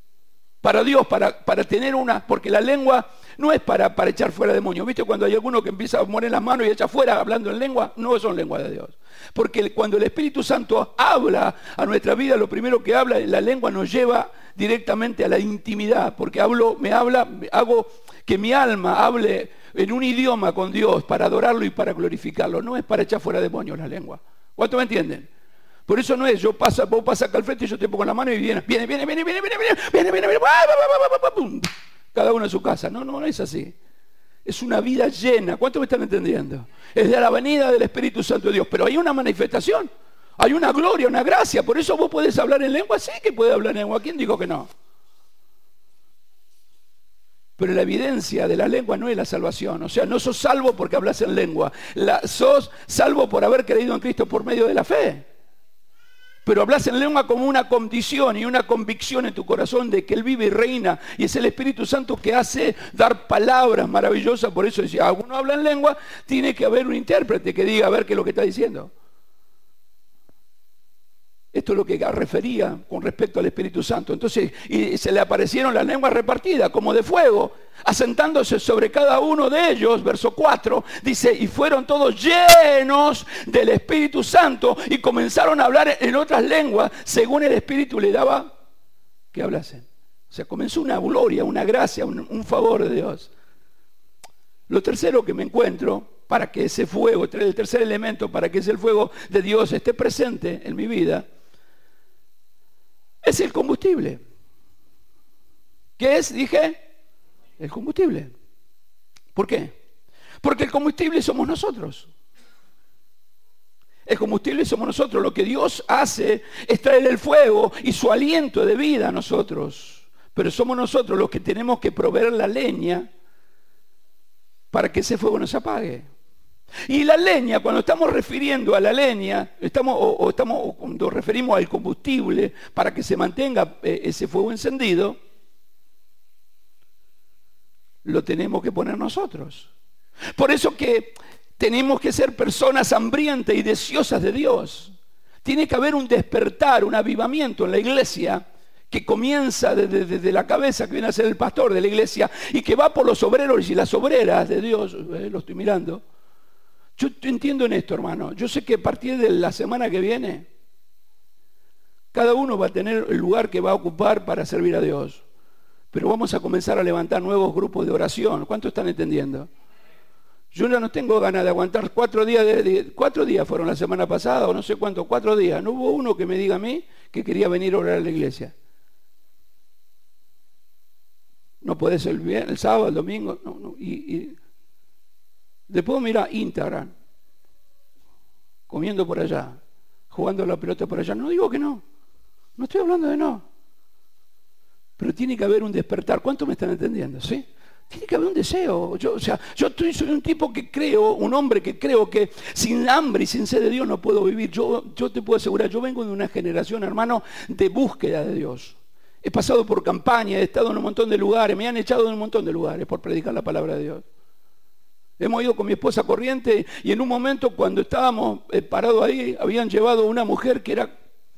para Dios, para, para tener una, porque la lengua no es para, para echar fuera demonios. ¿Viste cuando hay alguno que empieza a mover las manos y echa fuera hablando en lengua? No son lenguas de Dios. Porque cuando el Espíritu Santo habla a nuestra vida, lo primero que habla, la lengua nos lleva directamente a la intimidad, porque hablo, me habla, hago que mi alma hable en un idioma con Dios para adorarlo y para glorificarlo. No es para echar fuera demonios la lengua. ¿Cuántos me entienden? Por eso no es, yo pasa, vos pasas acá al frente y yo te pongo la mano y viene, viene, viene, viene, viene, viene, viene, viene, viene, viene, viene, cada uno en su casa. No, no, no es así. Es una vida llena. ¿Cuántos me están entendiendo? Es de la venida del Espíritu Santo de Dios. Pero hay una manifestación, hay una gloria, una gracia. Por eso vos podés hablar en lengua. Sí que podés hablar en lengua. ¿Quién dijo que no? Pero la evidencia de la lengua no es la salvación. O sea, no sos salvo porque hablas en lengua. La, sos salvo por haber creído en Cristo por medio de la fe. Pero hablas en lengua como una condición y una convicción en tu corazón de que Él vive y reina, y es el Espíritu Santo que hace dar palabras maravillosas. Por eso decía, alguno habla en lengua, tiene que haber un intérprete que diga a ver qué es lo que está diciendo. Esto es lo que refería con respecto al Espíritu Santo. Entonces, y se le aparecieron las lenguas repartidas como de fuego, asentándose sobre cada uno de ellos. Verso cuatro dice, y fueron todos llenos del Espíritu Santo y comenzaron a hablar en otras lenguas según el Espíritu le daba que hablasen. O sea, comenzó una gloria, una gracia, un, un favor de Dios. Lo tercero que me encuentro, para que ese fuego, el tercer elemento, para que ese fuego de Dios esté presente en mi vida, es el combustible. ¿Qué es? Dije, el combustible. ¿Por qué? Porque el combustible somos nosotros. El combustible somos nosotros. Lo que Dios hace es traer el fuego y su aliento de vida a nosotros. Pero somos nosotros los que tenemos que proveer la leña para que ese fuego no se apague. Y la leña, cuando estamos refiriendo a la leña, estamos, o, o estamos, o cuando referimos al combustible para que se mantenga eh, ese fuego encendido, lo tenemos que poner nosotros. Por eso que tenemos que ser personas hambrientas y deseosas de Dios. Tiene que haber un despertar, un avivamiento en la iglesia que comienza desde, desde la cabeza, que viene a ser el pastor de la iglesia y que va por los obreros y las obreras de Dios. Eh, lo estoy mirando. Yo entiendo en esto, hermano. Yo sé que a partir de la semana que viene, cada uno va a tener el lugar que va a ocupar para servir a Dios. Pero vamos a comenzar a levantar nuevos grupos de oración. ¿Cuántos están entendiendo? Yo ya no tengo ganas de aguantar cuatro días. De, de, cuatro días fueron la semana pasada, o no sé cuánto, cuatro días. No hubo uno que me diga a mí que quería venir a orar a la iglesia. No puede ser el viernes, el sábado, el domingo. No, no, y... y después mira Instagram, comiendo por allá, jugando la pelota por allá. No digo que no, no estoy hablando de no. Pero tiene que haber un despertar. ¿Cuánto me están entendiendo? ¿Sí? Tiene que haber un deseo. Yo, o sea, yo estoy, soy un tipo que creo, un hombre que creo que sin hambre y sin sed de Dios no puedo vivir. Yo, yo te puedo asegurar, yo vengo de una generación, hermano, de búsqueda de Dios. He pasado por campaña, he estado en un montón de lugares, me han echado en un montón de lugares por predicar la palabra de Dios. Hemos ido con mi esposa a Corrientes y en un momento cuando estábamos eh, parados ahí, habían llevado a una mujer que era...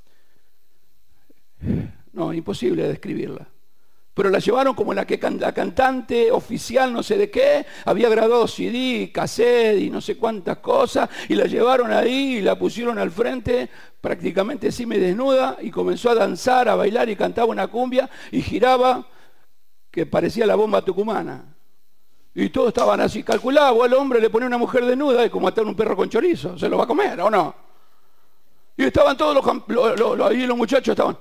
No, imposible describirla. Pero la llevaron como la que can- la cantante oficial no sé de qué, había grabado C D, cassette y no sé cuántas cosas, y la llevaron ahí y la pusieron al frente, prácticamente semi desnuda, y comenzó a danzar, a bailar y cantaba una cumbia y giraba que parecía la bomba tucumana. Y todos estaban así, calculados, el hombre le ponía una mujer desnuda y como matar un perro con chorizo, ¿se lo va a comer o no? Y estaban todos los, los, los, los, ahí los muchachos estaban...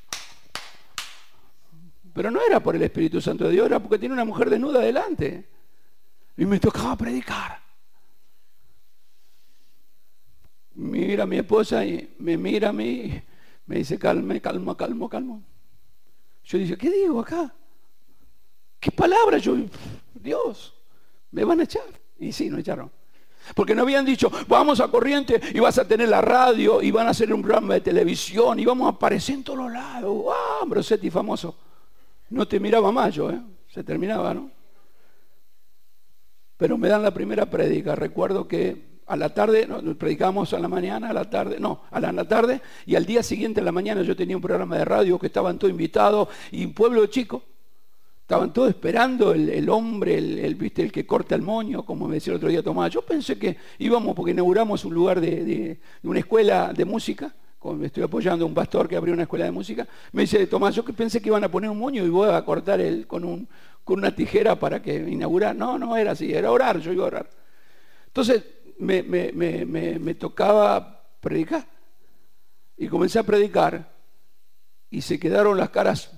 Pero no era por el Espíritu Santo de Dios, era porque tiene una mujer desnuda delante. Y me tocaba predicar. Mira a mi esposa y me mira a mí, me dice, calme, calma, calmo, calmo. Yo dije, ¿qué digo acá? ¿Qué palabra? Yo, Dios, me van a echar. Y sí, nos echaron. Porque no habían dicho, vamos a Corrientes y vas a tener la radio y van a hacer un programa de televisión y vamos a aparecer en todos lados. ¡Ah, Brosetti famoso! No te miraba más yo, ¿eh? Se terminaba, ¿no? Pero me dan la primera prédica. Recuerdo que a la tarde, no, predicábamos a la mañana, a la tarde, no, a la, a la tarde, y al día siguiente a la mañana yo tenía un programa de radio que estaban todos invitados, y un pueblo chico, estaban todos esperando el, el hombre, el, el, ¿viste? El que corta el moño, como me decía el otro día Tomás. Yo pensé que íbamos, porque inauguramos un lugar de, de, de una escuela de música, estoy apoyando a un pastor que abrió una escuela de música, me dice, Tomás, yo que pensé que iban a poner un moño y voy a cortar el, con, un, con una tijera para que inaugurar. No, no era así, era orar, yo iba a orar. Entonces me, me, me, me, me tocaba predicar y comencé a predicar y se quedaron las caras.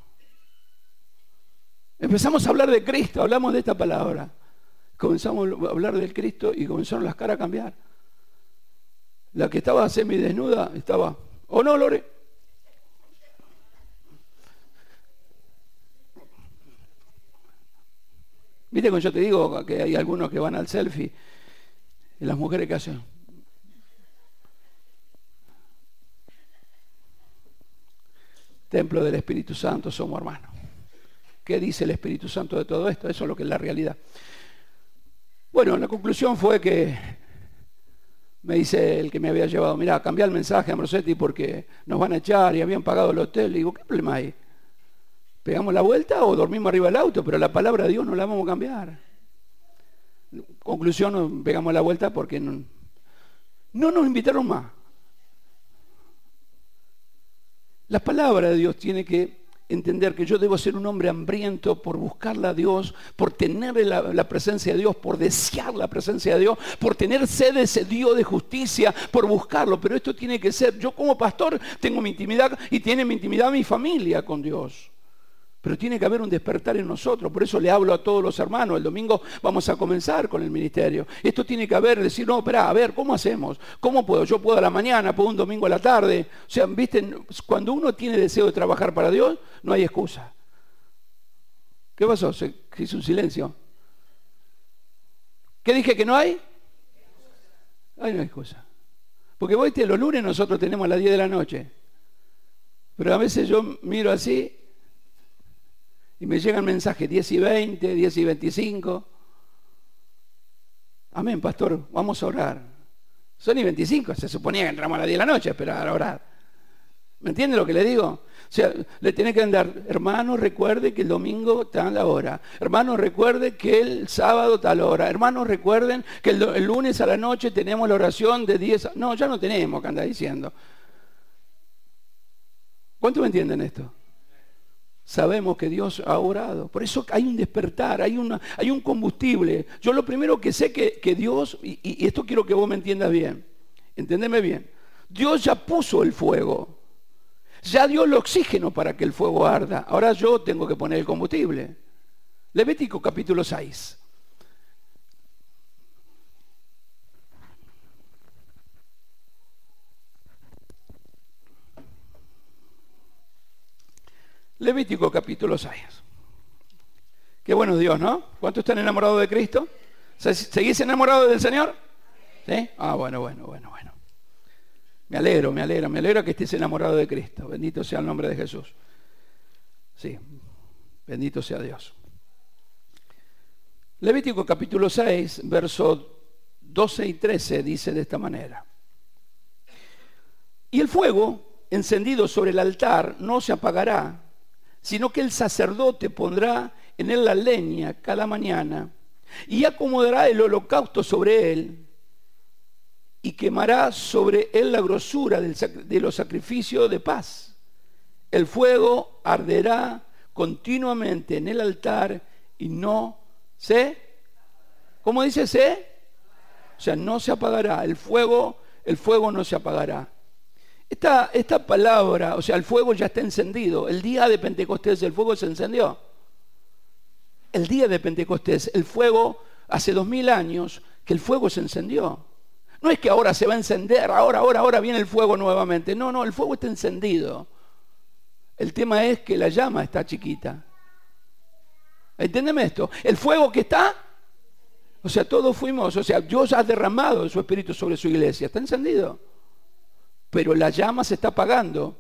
Empezamos a hablar de Cristo, hablamos de esta palabra, comenzamos a hablar del Cristo y comenzaron las caras a cambiar. La que estaba semidesnuda estaba, ¿o no, Lore? Viste cuando yo te digo que hay algunos que van al selfie y las mujeres que hacen. templo del Espíritu Santo, somos hermanos. ¿Qué dice el Espíritu Santo de todo esto? Eso es lo que es la realidad. Bueno, la conclusión fue que me dice el que me había llevado, mirá, cambiá el mensaje a Ambrosetti porque nos van a echar y habían pagado el hotel. Le digo, ¿qué problema hay? ¿Pegamos la vuelta o dormimos arriba del auto? Pero la palabra de Dios no la vamos a cambiar. Conclusión, pegamos la vuelta porque no, no nos invitaron más. La palabra de Dios tiene que entender que yo debo ser un hombre hambriento por buscarla a Dios, por tener la, la presencia de Dios, por desear la presencia de Dios, por tener sed de ese Dios de justicia, por buscarlo. Pero esto tiene que ser, yo como pastor tengo mi intimidad y tiene mi intimidad mi familia con Dios. Pero tiene que haber un despertar en nosotros. Por eso le hablo a todos los hermanos. El domingo vamos a comenzar con el ministerio. Esto tiene que haber, decir, no, espera, a ver, ¿cómo hacemos? ¿Cómo puedo? Yo puedo a la mañana, puedo un domingo a la tarde. O sea, ¿viste? Cuando uno tiene deseo de trabajar para Dios, no hay excusa. ¿Qué pasó? Se hizo un silencio. ¿Qué dije que no hay? Hay una excusa. Porque vos, los lunes nosotros tenemos a las diez de la noche. Pero a veces yo miro así y me llegan mensajes diez y veinte, diez y veinticinco. Amén, pastor, vamos a orar. Son y veinticinco, se suponía que entramos a las diez de la noche a esperar a orar. ¿Me entiende lo que le digo? O sea, le tiene que andar, hermano, recuerde que el domingo está a la hora. Hermano, recuerde que el sábado está a la hora. Hermanos, recuerden que el, el lunes a la noche tenemos la oración de diez. No, ya no tenemos que andar diciendo. ¿Cuántos me entienden esto? Sabemos que Dios ha orado. Por eso hay un despertar, hay, una, hay un combustible. Yo lo primero que sé que, que Dios, y, y esto quiero que vos me entiendas bien, entendeme bien, Dios ya puso el fuego, ya dio el oxígeno para que el fuego arda. Ahora yo tengo que poner el combustible. Levítico capítulo seis. Levítico capítulo seis. Qué bueno es Dios, ¿no? ¿Cuántos están enamorados de Cristo? ¿Seguís enamorados del Señor? ¿Sí? Ah, bueno, bueno, bueno, bueno. Me alegro, me alegra, me alegra que estés enamorado de Cristo. Bendito sea el nombre de Jesús. Sí, bendito sea Dios. Levítico capítulo seis, versos doce y trece dice de esta manera. Y el fuego encendido sobre el altar no se apagará, sino que el sacerdote pondrá en él la leña cada mañana y acomodará el holocausto sobre él y quemará sobre él la grosura del, de los sacrificios de paz. El fuego arderá continuamente en el altar y no se, ¿cómo dice se? O sea, no se apagará. El fuego, el fuego no se apagará. Esta, esta palabra, o sea, el fuego ya está encendido. El día de Pentecostés el fuego se encendió. El día de Pentecostés, el fuego, hace dos mil años que el fuego se encendió. No es que ahora se va a encender, ahora, ahora, ahora viene el fuego nuevamente. No, no, el fuego está encendido. El tema es que la llama está chiquita. ¿Entiéndeme esto? El fuego que está, o sea, todos fuimos, o sea, Dios ha derramado su espíritu sobre su iglesia, está encendido. Pero la llama se está apagando.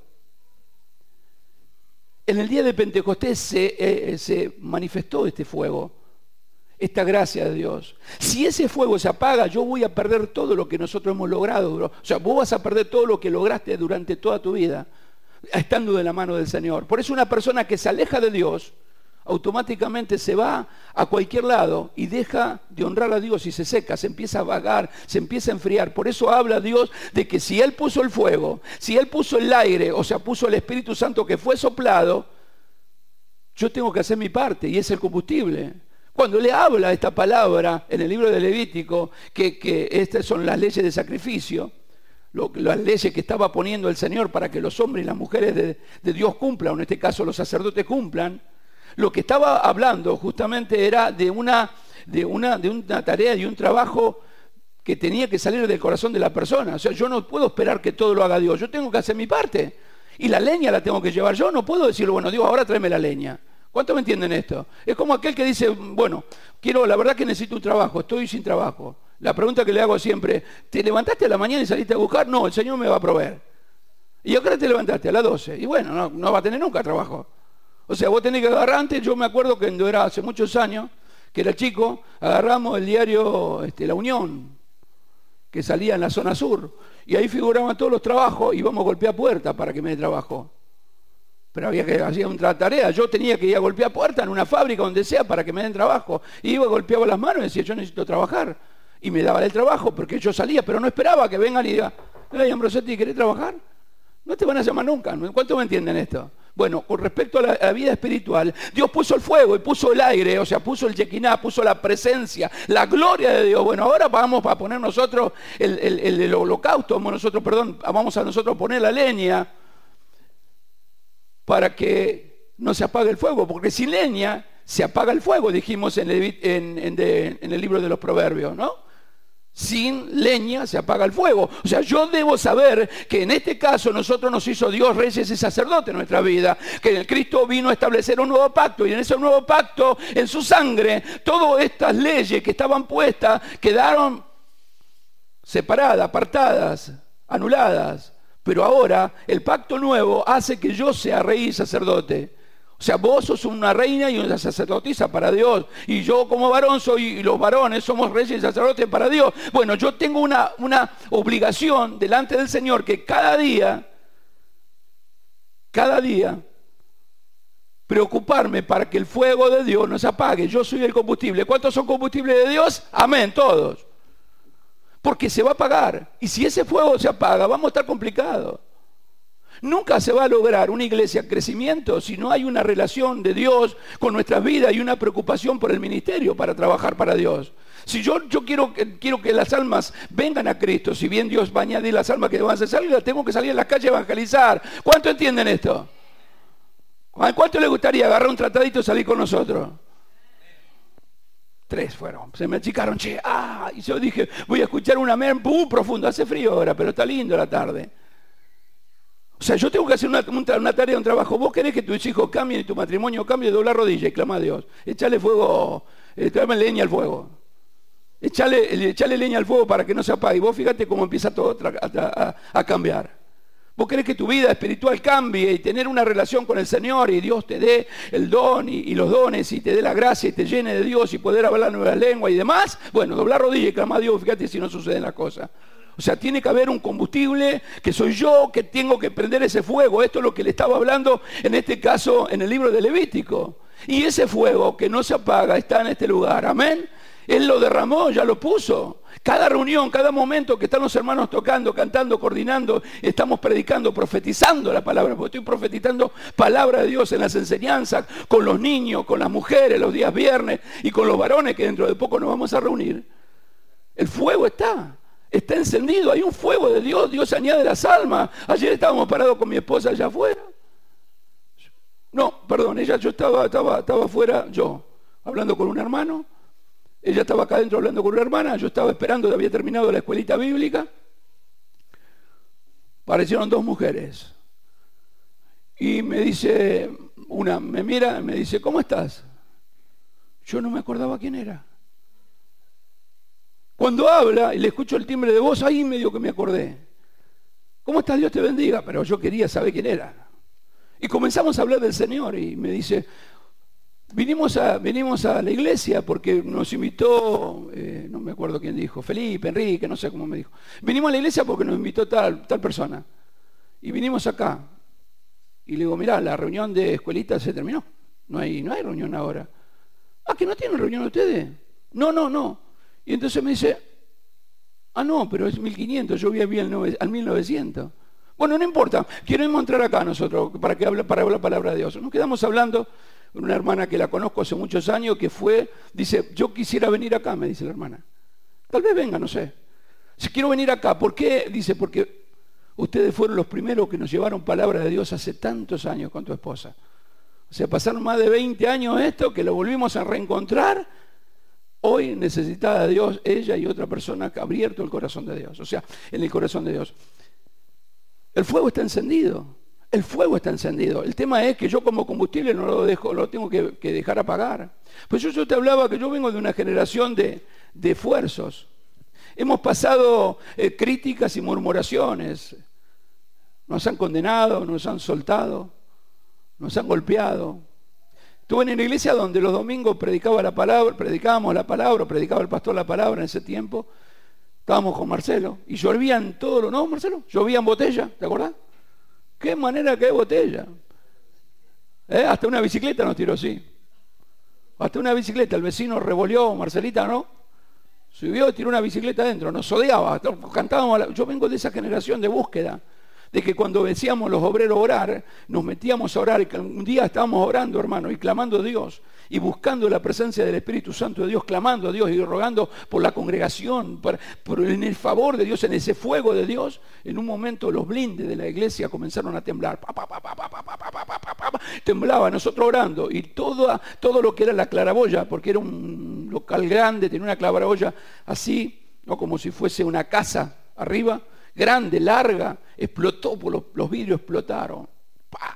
En el día de Pentecostés se, eh, se manifestó este fuego, esta gracia de Dios. Si ese fuego se apaga, yo voy a perder todo lo que nosotros hemos logrado, bro. O sea, vos vas a perder todo lo que lograste durante toda tu vida, estando de la mano del Señor. Por eso una persona que se aleja de Dios, automáticamente se va a cualquier lado y deja de honrar a Dios y se seca, se empieza a vagar, se empieza a enfriar. Por eso habla Dios de que si Él puso el fuego, si Él puso el aire, o sea, puso el Espíritu Santo que fue soplado, yo tengo que hacer mi parte y es el combustible. Cuando le habla esta palabra en el libro de Levítico, que, que estas son las leyes de sacrificio, lo, las leyes que estaba poniendo el Señor para que los hombres y las mujeres de, de Dios cumplan, o en este caso los sacerdotes cumplan, lo que estaba hablando justamente era de una, de una, de una tarea y un trabajo que tenía que salir del corazón de la persona. O sea, yo no puedo esperar que todo lo haga Dios, yo tengo que hacer mi parte. Y la leña la tengo que llevar yo, no puedo decir, bueno, Dios, ahora tráeme la leña. ¿Cuántos me entienden esto? Es como aquel que dice, bueno, quiero, la verdad que necesito un trabajo, estoy sin trabajo. La pregunta que le hago siempre, ¿te levantaste a la mañana y saliste a buscar? No, el Señor me va a proveer. ¿Y a qué hora te levantaste? A las doce. Y bueno, no, no va a tener nunca trabajo. O sea, vos tenés que agarrar antes. Yo me acuerdo que cuando era hace muchos años, que era chico, agarramos el diario este, La Unión, que salía en la zona sur, y ahí figuraban todos los trabajos, y íbamos a golpear puertas para que me dé trabajo. Pero había que hacer otra tarea. Yo tenía que ir a golpear puertas en una fábrica, donde sea, para que me den trabajo. Y iba, golpeaba las manos y decía, yo necesito trabajar. Y me daban el trabajo, porque yo salía, pero no esperaba que vengan y digan, hey, Ambrosetti, ¿querés trabajar? No te van a llamar nunca. ¿Cuánto me entienden esto? Bueno, con respecto a la, a la vida espiritual, Dios puso el fuego y puso el aire, o sea, puso el Shekinah, puso la presencia, la gloria de Dios. Bueno, ahora vamos a poner nosotros el, el, el, el holocausto, vamos, nosotros, perdón, vamos a nosotros poner la leña para que no se apague el fuego, porque sin leña se apaga el fuego, dijimos en el, en, en, de, en el libro de los Proverbios, ¿no? Sin leña se apaga el fuego. O sea, yo debo saber que en este caso nosotros nos hizo Dios reyes y sacerdotes en nuestra vida, que el Cristo vino a establecer un nuevo pacto, y en ese nuevo pacto, en su sangre, todas estas leyes que estaban puestas quedaron separadas, apartadas, anuladas. Pero ahora el pacto nuevo hace que yo sea rey y sacerdote. O sea, vos sos una reina y una sacerdotisa para Dios. Y yo como varón soy, y los varones somos reyes y sacerdotes para Dios. Bueno, yo tengo una, una obligación delante del Señor, que cada día, cada día, preocuparme para que el fuego de Dios no se apague. Yo soy el combustible. ¿Cuántos son combustibles de Dios? Amén, todos. Porque se va a apagar. Y si ese fuego se apaga, vamos a estar complicados. Nunca se va a lograr una iglesia en crecimiento si no hay una relación de Dios con nuestras vidas y una preocupación por el ministerio para trabajar para Dios. Si yo, yo quiero, quiero que las almas vengan a Cristo, si bien Dios va a añadir las almas que van a salir, tengo que salir a la calle a evangelizar. ¿Cuánto entienden esto? ¿A cuánto le gustaría agarrar un tratadito y salir con nosotros? Tres fueron, se me achicaron, che, ah, y yo dije, voy a escuchar una amén muy profundo, hace frío ahora, pero está lindo la tarde. O sea, yo tengo que hacer una, una tarea, un trabajo. Vos querés que tus hijos cambien y tu matrimonio cambie, doblar rodilla y clama a Dios. Echale fuego, eh, tráeme leña al fuego. Echale, echale leña al fuego para que no se apague. Y vos fíjate cómo empieza todo a, a, a cambiar. Vos querés que tu vida espiritual cambie y tener una relación con el Señor y Dios te dé el don y, y los dones y te dé la gracia y te llene de Dios y poder hablar nuevas lenguas y demás. Bueno, doblar rodilla y clamar a Dios, fíjate si no suceden las cosas. O sea, tiene que haber un combustible que soy yo, que tengo que prender ese fuego. Esto es lo que le estaba hablando en este caso en el libro de Levítico. Y ese fuego que no se apaga está en este lugar. Amén. Él lo derramó, ya lo puso. Cada reunión, cada momento que están los hermanos tocando, cantando, coordinando, estamos predicando, profetizando la palabra. Porque estoy profetizando palabra de Dios en las enseñanzas, con los niños, con las mujeres, los días viernes y con los varones que dentro de poco nos vamos a reunir. El fuego está. Está encendido, hay un fuego de Dios, Dios añade las almas. Ayer estábamos parados con mi esposa allá afuera. No, perdón, ella, yo estaba, estaba, estaba afuera, yo, hablando con un hermano. Ella estaba acá adentro hablando con una hermana, yo estaba esperando, había terminado la escuelita bíblica. Aparecieron dos mujeres. Y me dice, una me mira y me dice, ¿cómo estás? Yo no me acordaba quién era. Cuando habla y le escucho el timbre de voz, ahí medio que me acordé. ¿Cómo estás? Dios te bendiga. Pero yo quería saber quién era. Y comenzamos a hablar del Señor y me dice, vinimos a, vinimos a la iglesia porque nos invitó, eh, no me acuerdo quién dijo, Felipe, Enrique, no sé cómo me dijo. Vinimos a la iglesia porque nos invitó tal, tal persona. Y vinimos acá. Y le digo, mirá, la reunión de escuelita se terminó. No hay, no hay reunión ahora. Ah, ¿que no tienen reunión ustedes? No, no, no. Y entonces me dice, ah, no, pero es mil quinientos, yo vi al mil novecientos. Bueno, no importa, queremos entrar acá nosotros para que hable, para hablar la palabra de Dios. Nos quedamos hablando con una hermana que la conozco hace muchos años, que fue, dice, yo quisiera venir acá, me dice la hermana. Tal vez venga, no sé. Si quiero venir acá, ¿por qué? Dice, porque ustedes fueron los primeros que nos llevaron palabra de Dios hace tantos años con tu esposa. O sea, pasaron más de veinte años esto, que lo volvimos a reencontrar. Hoy necesitaba a Dios, ella y otra persona que ha abierto el corazón de Dios, o sea, en el corazón de Dios. El fuego está encendido, el fuego está encendido. El tema es que yo como combustible no lo dejo, lo tengo que, que dejar apagar. Pues yo, yo te hablaba que yo vengo de una generación de, de esfuerzos. Hemos pasado eh, críticas y murmuraciones. Nos han condenado, nos han soltado, nos han golpeado. Estuve en una iglesia donde los domingos predicaba la palabra, predicábamos la palabra, predicaba el pastor la palabra en ese tiempo. Estábamos con Marcelo y llovían todo lo... ¿No, Marcelo? Llovían botella, ¿te acordás? ¿Qué manera que hay botella? ¿Eh? Hasta una bicicleta nos tiró, sí. Hasta una bicicleta, el vecino revolvió, Marcelita, ¿no? Subió y tiró una bicicleta adentro, nos odiaba, cantábamos, la... yo vengo de esa generación de búsqueda, de que cuando decíamos los obreros orar, nos metíamos a orar, y un día estábamos orando, hermano, y clamando a Dios, y buscando la presencia del Espíritu Santo de Dios, clamando a Dios y rogando por la congregación, por, por en el favor de Dios, en ese fuego de Dios. En un momento los blindes de la iglesia comenzaron a temblar, pa, pa, pa, pa, pa, pa, pa, pa, pa, pa, pa, temblaba, nosotros orando, y todo, todo lo que era la claraboya, porque era un local grande, tenía una claraboya así, no como si fuese una casa arriba, grande, larga, explotó, por los, los vidrios explotaron. ¡Pah!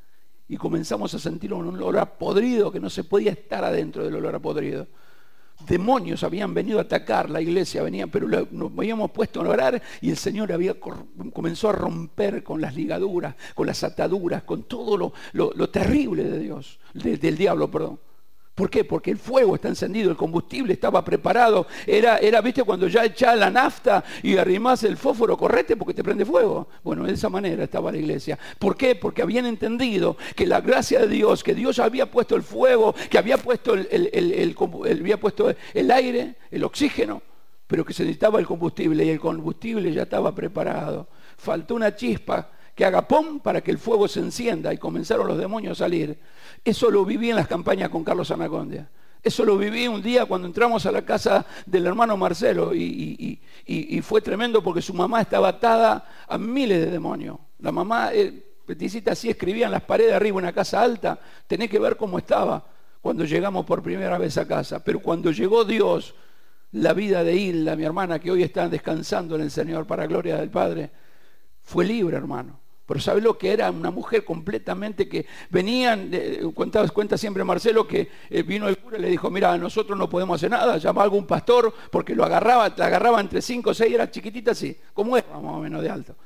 Y comenzamos a sentir un olor a podrido que no se podía estar adentro del olor a podrido. Demonios habían venido a atacar la iglesia, venían, pero lo, nos habíamos puesto a orar y el Señor había comenzó a romper con las ligaduras, con las ataduras, con todo lo, lo, lo terrible de Dios, de, del diablo, perdón. ¿Por qué? Porque el fuego está encendido, el combustible estaba preparado. Era, era viste, cuando ya echás la nafta y arrimás el fósforo, correte porque te prende fuego. Bueno, de esa manera estaba la iglesia. ¿Por qué? Porque habían entendido que la gracia de Dios, que Dios había puesto el fuego, que había puesto el, el, el, el, el, había puesto el aire, el oxígeno, pero que se necesitaba el combustible y el combustible ya estaba preparado. Faltó una chispa que haga pum para que el fuego se encienda y comenzaron los demonios a salir. Eso lo viví en las campañas con Carlos Anacondia. Eso lo viví un día cuando entramos a la casa del hermano Marcelo y, y, y, y fue tremendo porque su mamá estaba atada a miles de demonios. La mamá, eh, peticita así, escribía en las paredes arriba, una casa alta. Tenés que ver cómo estaba cuando llegamos por primera vez a casa. Pero cuando llegó Dios, la vida de Hilda, mi hermana, que hoy está descansando en el Señor para gloria del Padre, fue libre, hermano. Pero ¿sabes lo que era? Una mujer completamente que venían, eh, cuenta, cuenta siempre Marcelo que eh, vino el cura y le dijo, mira, nosotros no podemos hacer nada, llama a algún pastor, porque lo agarraba, la agarraba entre cinco o seis, era chiquitita así, como era, más o menos de alto.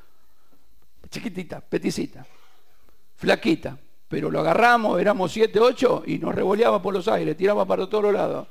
Chiquitita, peticita, flaquita, pero lo agarramos, éramos siete, ocho, y nos revoleaba por los aires, tiraba para todos los lados.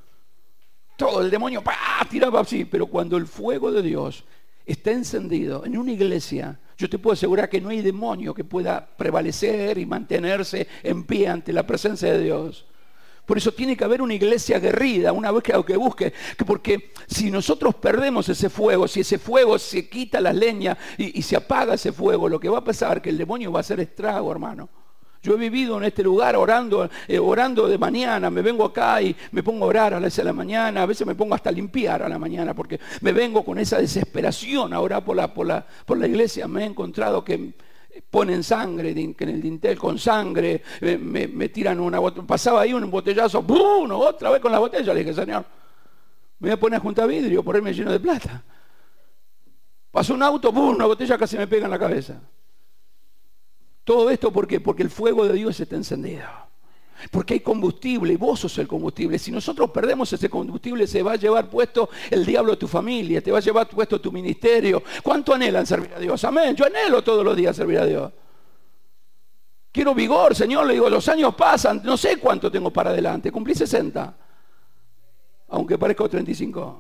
Todo el demonio, ¡pah!, tiraba así, pero cuando el fuego de Dios está encendido en una iglesia, yo te puedo asegurar que no hay demonio que pueda prevalecer y mantenerse en pie ante la presencia de Dios. Por eso tiene que haber una iglesia aguerrida, una vez que, que busque, que porque si nosotros perdemos ese fuego, si ese fuego se quita la leña y, y se apaga ese fuego, lo que va a pasar es que el demonio va a hacer estrago, hermano. Yo he vivido en este lugar orando, eh, orando de mañana, me vengo acá y me pongo a orar a las seis de la mañana, a veces me pongo hasta a limpiar a la mañana porque me vengo con esa desesperación a orar por la, por la, por la iglesia. Me he encontrado que ponen sangre en el dintel con sangre, me, me, me tiran una botella, pasaba ahí un botellazo, ¡bum!, otra vez con la botella, le dije, Señor, me voy a poner a juntar vidrio, ponerme lleno de plata. Pasó un auto, ¡bum!, una botella casi me pega en la cabeza. Todo esto, ¿por qué? Porque el fuego de Dios está encendido. Porque hay combustible y vos sos el combustible. Si nosotros perdemos ese combustible, se va a llevar puesto el diablo a tu familia, te va a llevar puesto tu ministerio. ¿Cuánto anhelan servir a Dios? Amén. Yo anhelo todos los días servir a Dios. Quiero vigor, Señor. Le digo, los años pasan, no sé cuánto tengo para adelante. Cumplí sesenta, aunque parezca treinta y cinco.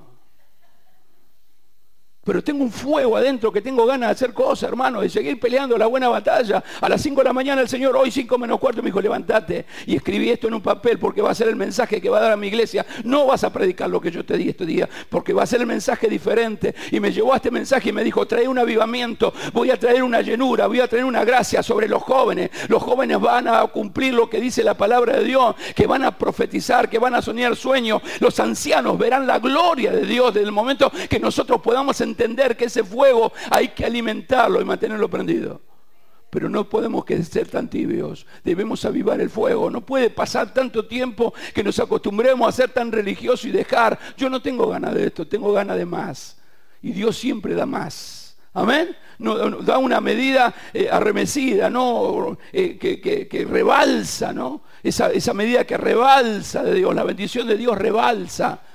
Pero tengo un fuego adentro que tengo ganas de hacer cosas, hermano, de seguir peleando la buena batalla. A las cinco de la mañana el Señor, hoy cinco menos cuarto, me dijo, levántate y escribí esto en un papel porque va a ser el mensaje que va a dar a mi iglesia. No vas a predicar lo que yo te di este día, porque va a ser el mensaje diferente. Y me llevó a este mensaje y me dijo, trae un avivamiento, voy a traer una llenura, voy a traer una gracia sobre los jóvenes. Los jóvenes van a cumplir lo que dice la palabra de Dios, que van a profetizar, que van a soñar sueños. Los ancianos verán la gloria de Dios desde el momento que nosotros podamos entender entender que ese fuego hay que alimentarlo y mantenerlo prendido. Pero no podemos que ser tan tibios, debemos avivar el fuego. No puede pasar tanto tiempo que nos acostumbremos a ser tan religiosos y dejar. Yo no tengo ganas de esto, tengo ganas de más. Y Dios siempre da más. Amén. No, no, da una medida eh, arremecida, ¿no? Eh, que, que, que rebalsa, ¿no? Esa, esa medida que rebalsa de Dios, la bendición de Dios rebalsa.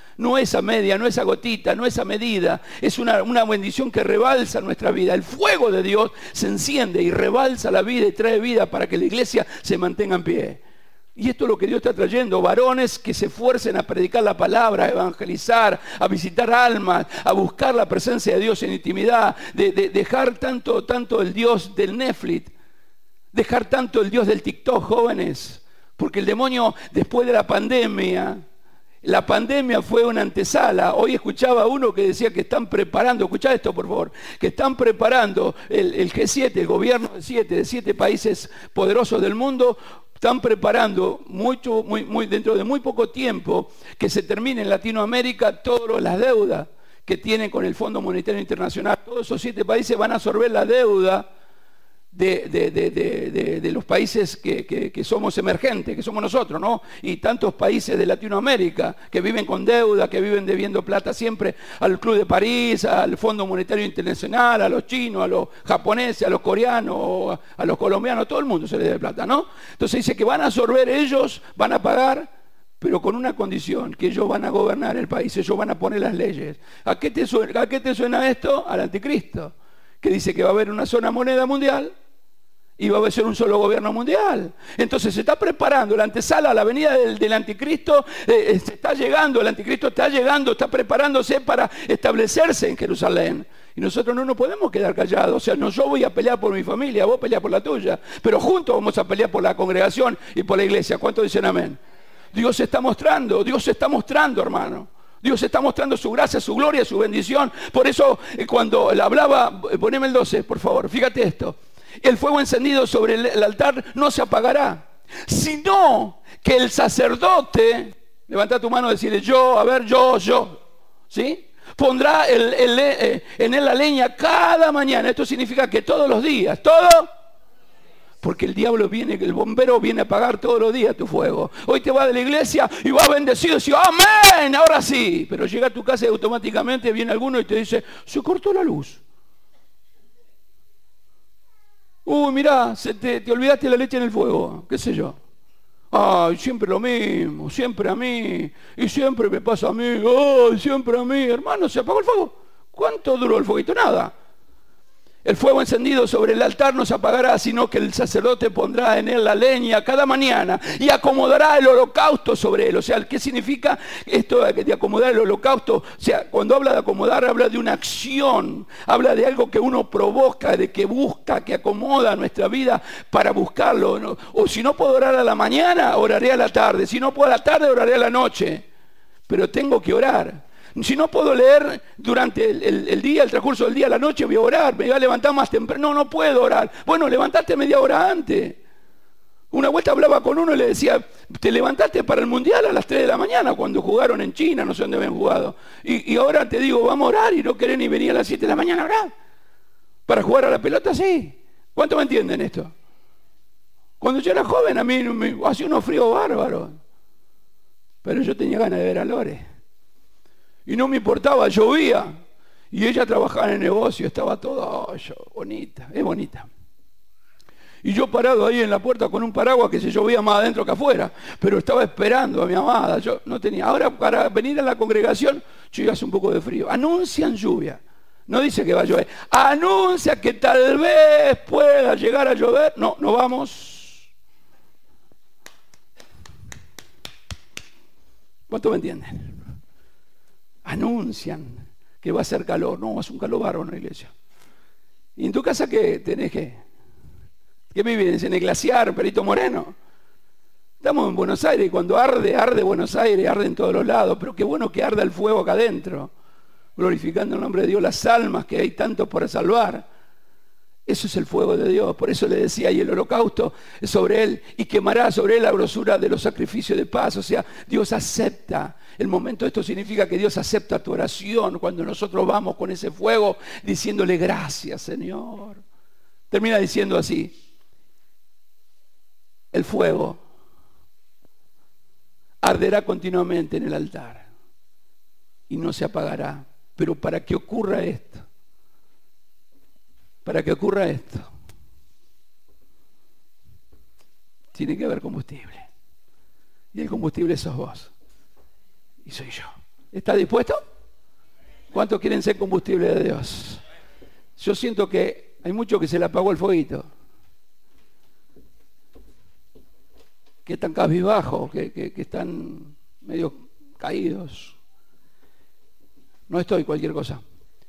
No es a media, no es a gotita, no es a medida. Es una, una bendición que rebalsa nuestra vida. El fuego de Dios se enciende y rebalsa la vida y trae vida para que la iglesia se mantenga en pie. Y esto es lo que Dios está trayendo, varones que se esfuercen a predicar la palabra, a evangelizar, a visitar almas, a buscar la presencia de Dios en intimidad, de, de dejar tanto, tanto el Dios del Netflix, dejar tanto el Dios del TikTok, jóvenes, porque el demonio después de la pandemia, la pandemia fue una antesala. Hoy escuchaba a uno que decía que están preparando, escuchá esto por favor, que están preparando el, el G siete, el gobierno de siete, de siete países poderosos del mundo, están preparando mucho, muy, muy, dentro de muy poco tiempo que se termine en Latinoamérica todas las deudas que tienen con el Fondo Monetario Internacional. Todos esos siete países van a absorber la deuda De, de, de, de, de, de los países que, que, que somos emergentes, que somos nosotros, ¿no? Y tantos países de Latinoamérica que viven con deuda, que viven debiendo plata siempre al Club de París, al Fondo Monetario Internacional, a los chinos, a los japoneses, a los coreanos, a los colombianos, todo el mundo se le debe plata, ¿no? Entonces dice que van a absorber ellos, van a pagar, pero con una condición, que ellos van a gobernar el país, ellos van a poner las leyes. ¿A qué te suena, a qué te suena esto? Al anticristo, que dice que va a haber una sola moneda mundial y va a ser un solo gobierno mundial. Entonces se está preparando la antesala a la venida del, del anticristo, eh, se está llegando, el anticristo está llegando, está preparándose para establecerse en Jerusalén. Y nosotros no nos podemos quedar callados. O sea, no yo voy a pelear por mi familia, vos peleas por la tuya, pero juntos vamos a pelear por la congregación y por la iglesia. ¿Cuántos dicen amén? Dios se está mostrando, Dios se está mostrando, hermano. Dios está mostrando su gracia, su gloria, su bendición. Por eso eh, cuando le hablaba, poneme el doce, por favor, fíjate esto. El fuego encendido sobre el, el altar no se apagará, sino que el sacerdote, levanta tu mano y decirle yo, a ver, yo, yo, ¿sí? Pondrá el, el, eh, en él la leña cada mañana. Esto significa que todos los días, todo... Porque el diablo viene, el bombero viene a apagar todos los días tu fuego. Hoy te vas de la iglesia y vas bendecido y dices, amén, ahora sí. Pero llega a tu casa y automáticamente viene alguno y te dice, se cortó la luz. Uy, mirá, se te, te olvidaste la leche en el fuego, qué sé yo. Ay, siempre lo mismo, siempre a mí, y siempre me pasa a mí, ay, siempre a mí. Hermano, ¿se apagó el fuego? ¿Cuánto duró el fueguito? Nada. El fuego encendido sobre el altar no se apagará, sino que el sacerdote pondrá en él la leña cada mañana y acomodará el holocausto sobre él. O sea, ¿qué significa esto de acomodar el holocausto? O sea, cuando habla de acomodar, habla de una acción, habla de algo que uno provoca, de que busca, que acomoda nuestra vida para buscarlo, ¿no? O si no puedo orar a la mañana, oraré a la tarde. Si no puedo a la tarde, oraré a la noche. Pero tengo que orar. Si no puedo leer durante el, el, el día, el transcurso del día, la noche, voy a orar, me voy a levantar más temprano. No, no puedo orar. Bueno, levantate media hora antes. Una vuelta hablaba con uno y le decía, te levantaste para el mundial a las tres de la mañana cuando jugaron en China, no sé dónde habían jugado. Y, y ahora te digo, vamos a orar y no querés ni venir a las siete de la mañana a orar. Para jugar a la pelota, sí. ¿Cuántos me entienden esto? Cuando yo era joven a mí me hacía unos fríos bárbaros. Pero yo tenía ganas de ver a Lore. Y no me importaba, llovía. Y ella trabajaba en el negocio, estaba toda oh, yo, bonita, es bonita. Y yo parado ahí en la puerta con un paraguas que se llovía más adentro que afuera. Pero estaba esperando a mi amada, yo no tenía. Ahora para venir a la congregación, yo hace un poco de frío. Anuncian lluvia. No dice que va a llover. Anuncia que tal vez pueda llegar a llover. No, no vamos. ¿Cuánto me entienden? Anuncian que va a hacer calor. No, hace un calor bárbaro en la iglesia. ¿Y en tu casa qué tenés que? ¿Qué me vives? ¿En el glaciar, Perito Moreno? Estamos en Buenos Aires y cuando arde, arde Buenos Aires, arde en todos los lados. Pero qué bueno que arda el fuego acá adentro. Glorificando el nombre de Dios, las almas que hay tantos para salvar. Eso es el fuego de Dios. Por eso le decía, y el holocausto es sobre él, y quemará sobre él la grosura de los sacrificios de paz. O sea, Dios acepta el momento. Esto significa que Dios acepta tu oración cuando nosotros vamos con ese fuego diciéndole gracias, Señor. Termina diciendo así: el fuego arderá continuamente en el altar y no se apagará. Pero para que ocurra esto, para que ocurra esto, tiene que haber combustible. Y el combustible sos vos. Y soy yo. ¿Está dispuesto? ¿Cuántos quieren ser combustible de Dios? Yo siento que hay muchos que se le apagó el fueguito, que están cabizbajos, que, que, que están medio caídos. No estoy cualquier cosa.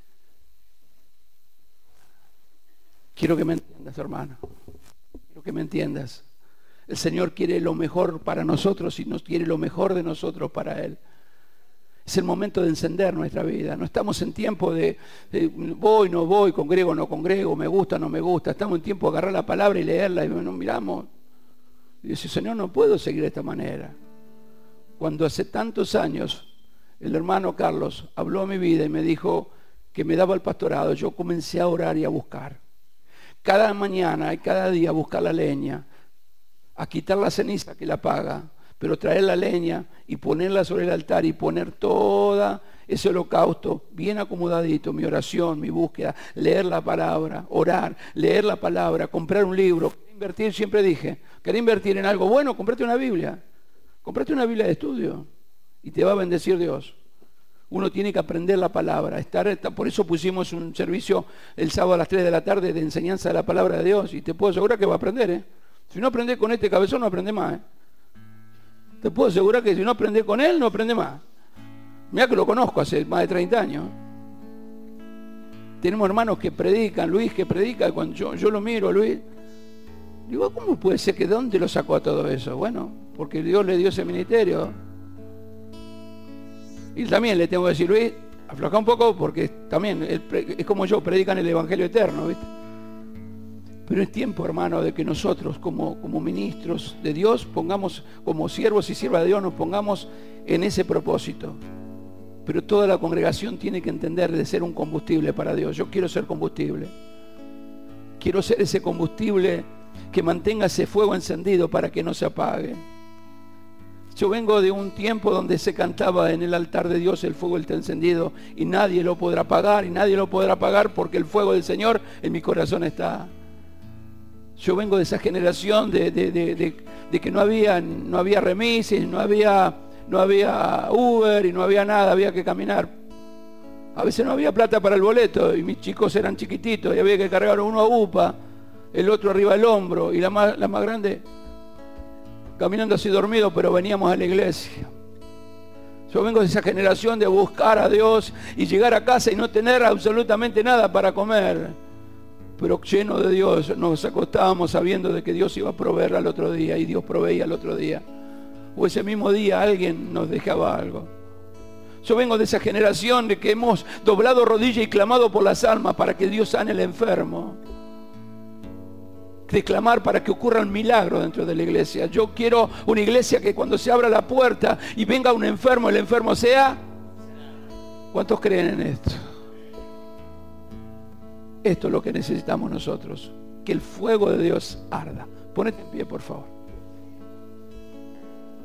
Quiero que me entiendas, hermano. Quiero que me entiendas. El Señor quiere lo mejor para nosotros y nos quiere lo mejor de nosotros para Él. Es el momento de encender nuestra vida. No estamos en tiempo de, de voy, no voy, congrego, no congrego, me gusta, no me gusta. Estamos en tiempo de agarrar la palabra y leerla y nos miramos. Y dice, Señor, no puedo seguir de esta manera. Cuando hace tantos años el hermano Carlos habló a mi vida y me dijo que me daba el pastorado, yo comencé a orar y a buscar. Cada mañana y cada día a buscar la leña, a quitar la ceniza que la apaga, pero traer la leña y ponerla sobre el altar y poner toda ese holocausto bien acomodadito, mi oración, mi búsqueda, leer la palabra, orar, leer la palabra, comprar un libro, invertir, siempre dije, ¿querés invertir en algo bueno? Comprate una Biblia, comprate una Biblia de estudio y te va a bendecir Dios. Uno tiene que aprender la palabra, estar, por eso pusimos un servicio el sábado a las tres de la tarde de enseñanza de la palabra de Dios y te puedo asegurar que va a aprender, ¿eh? Si no aprendes con este cabezón no aprende más, ¿eh? Te puedo asegurar que si no aprendes con él no aprende más. Mirá que lo conozco hace más de treinta años. Tenemos hermanos que predican, Luis que predica, cuando yo, yo lo miro a Luis, digo, ¿cómo puede ser que de dónde lo sacó a todo eso? Bueno, porque Dios le dio ese ministerio. Y también le tengo que decir, Luis, afloja un poco porque también él, es como yo, predican el Evangelio eterno, ¿viste? Pero es tiempo, hermano, de que nosotros como, como ministros de Dios pongamos, como siervos y siervas de Dios, nos pongamos en ese propósito. Pero toda la congregación tiene que entender de ser un combustible para Dios. Yo quiero ser combustible. Quiero ser ese combustible que mantenga ese fuego encendido para que no se apague. Yo vengo de un tiempo donde se cantaba en el altar de Dios, el fuego está encendido y nadie lo podrá apagar y nadie lo podrá apagar porque el fuego del Señor en mi corazón está. Yo vengo de esa generación de, de, de, de, de que no había, no había remises, no había, no había Uber y no había nada, había que caminar. A veces no había plata para el boleto y mis chicos eran chiquititos y había que cargar uno a UPA, el otro arriba del hombro y la más, la más grande caminando así dormido, pero veníamos a la iglesia. Yo vengo de esa generación de buscar a Dios y llegar a casa y no tener absolutamente nada para comer. Pero lleno de Dios nos acostábamos sabiendo de que Dios iba a proveer al otro día y Dios proveía al otro día. O ese mismo día alguien nos dejaba algo. Yo vengo de esa generación de que hemos doblado rodilla y clamado por las almas para que Dios sane al enfermo. De clamar para que ocurra un milagro dentro de la iglesia. Yo quiero una iglesia que cuando se abra la puerta y venga un enfermo, el enfermo sea. ¿Cuántos creen en esto? Esto es lo que necesitamos nosotros. Que el fuego de Dios arda. Ponete en pie, por favor.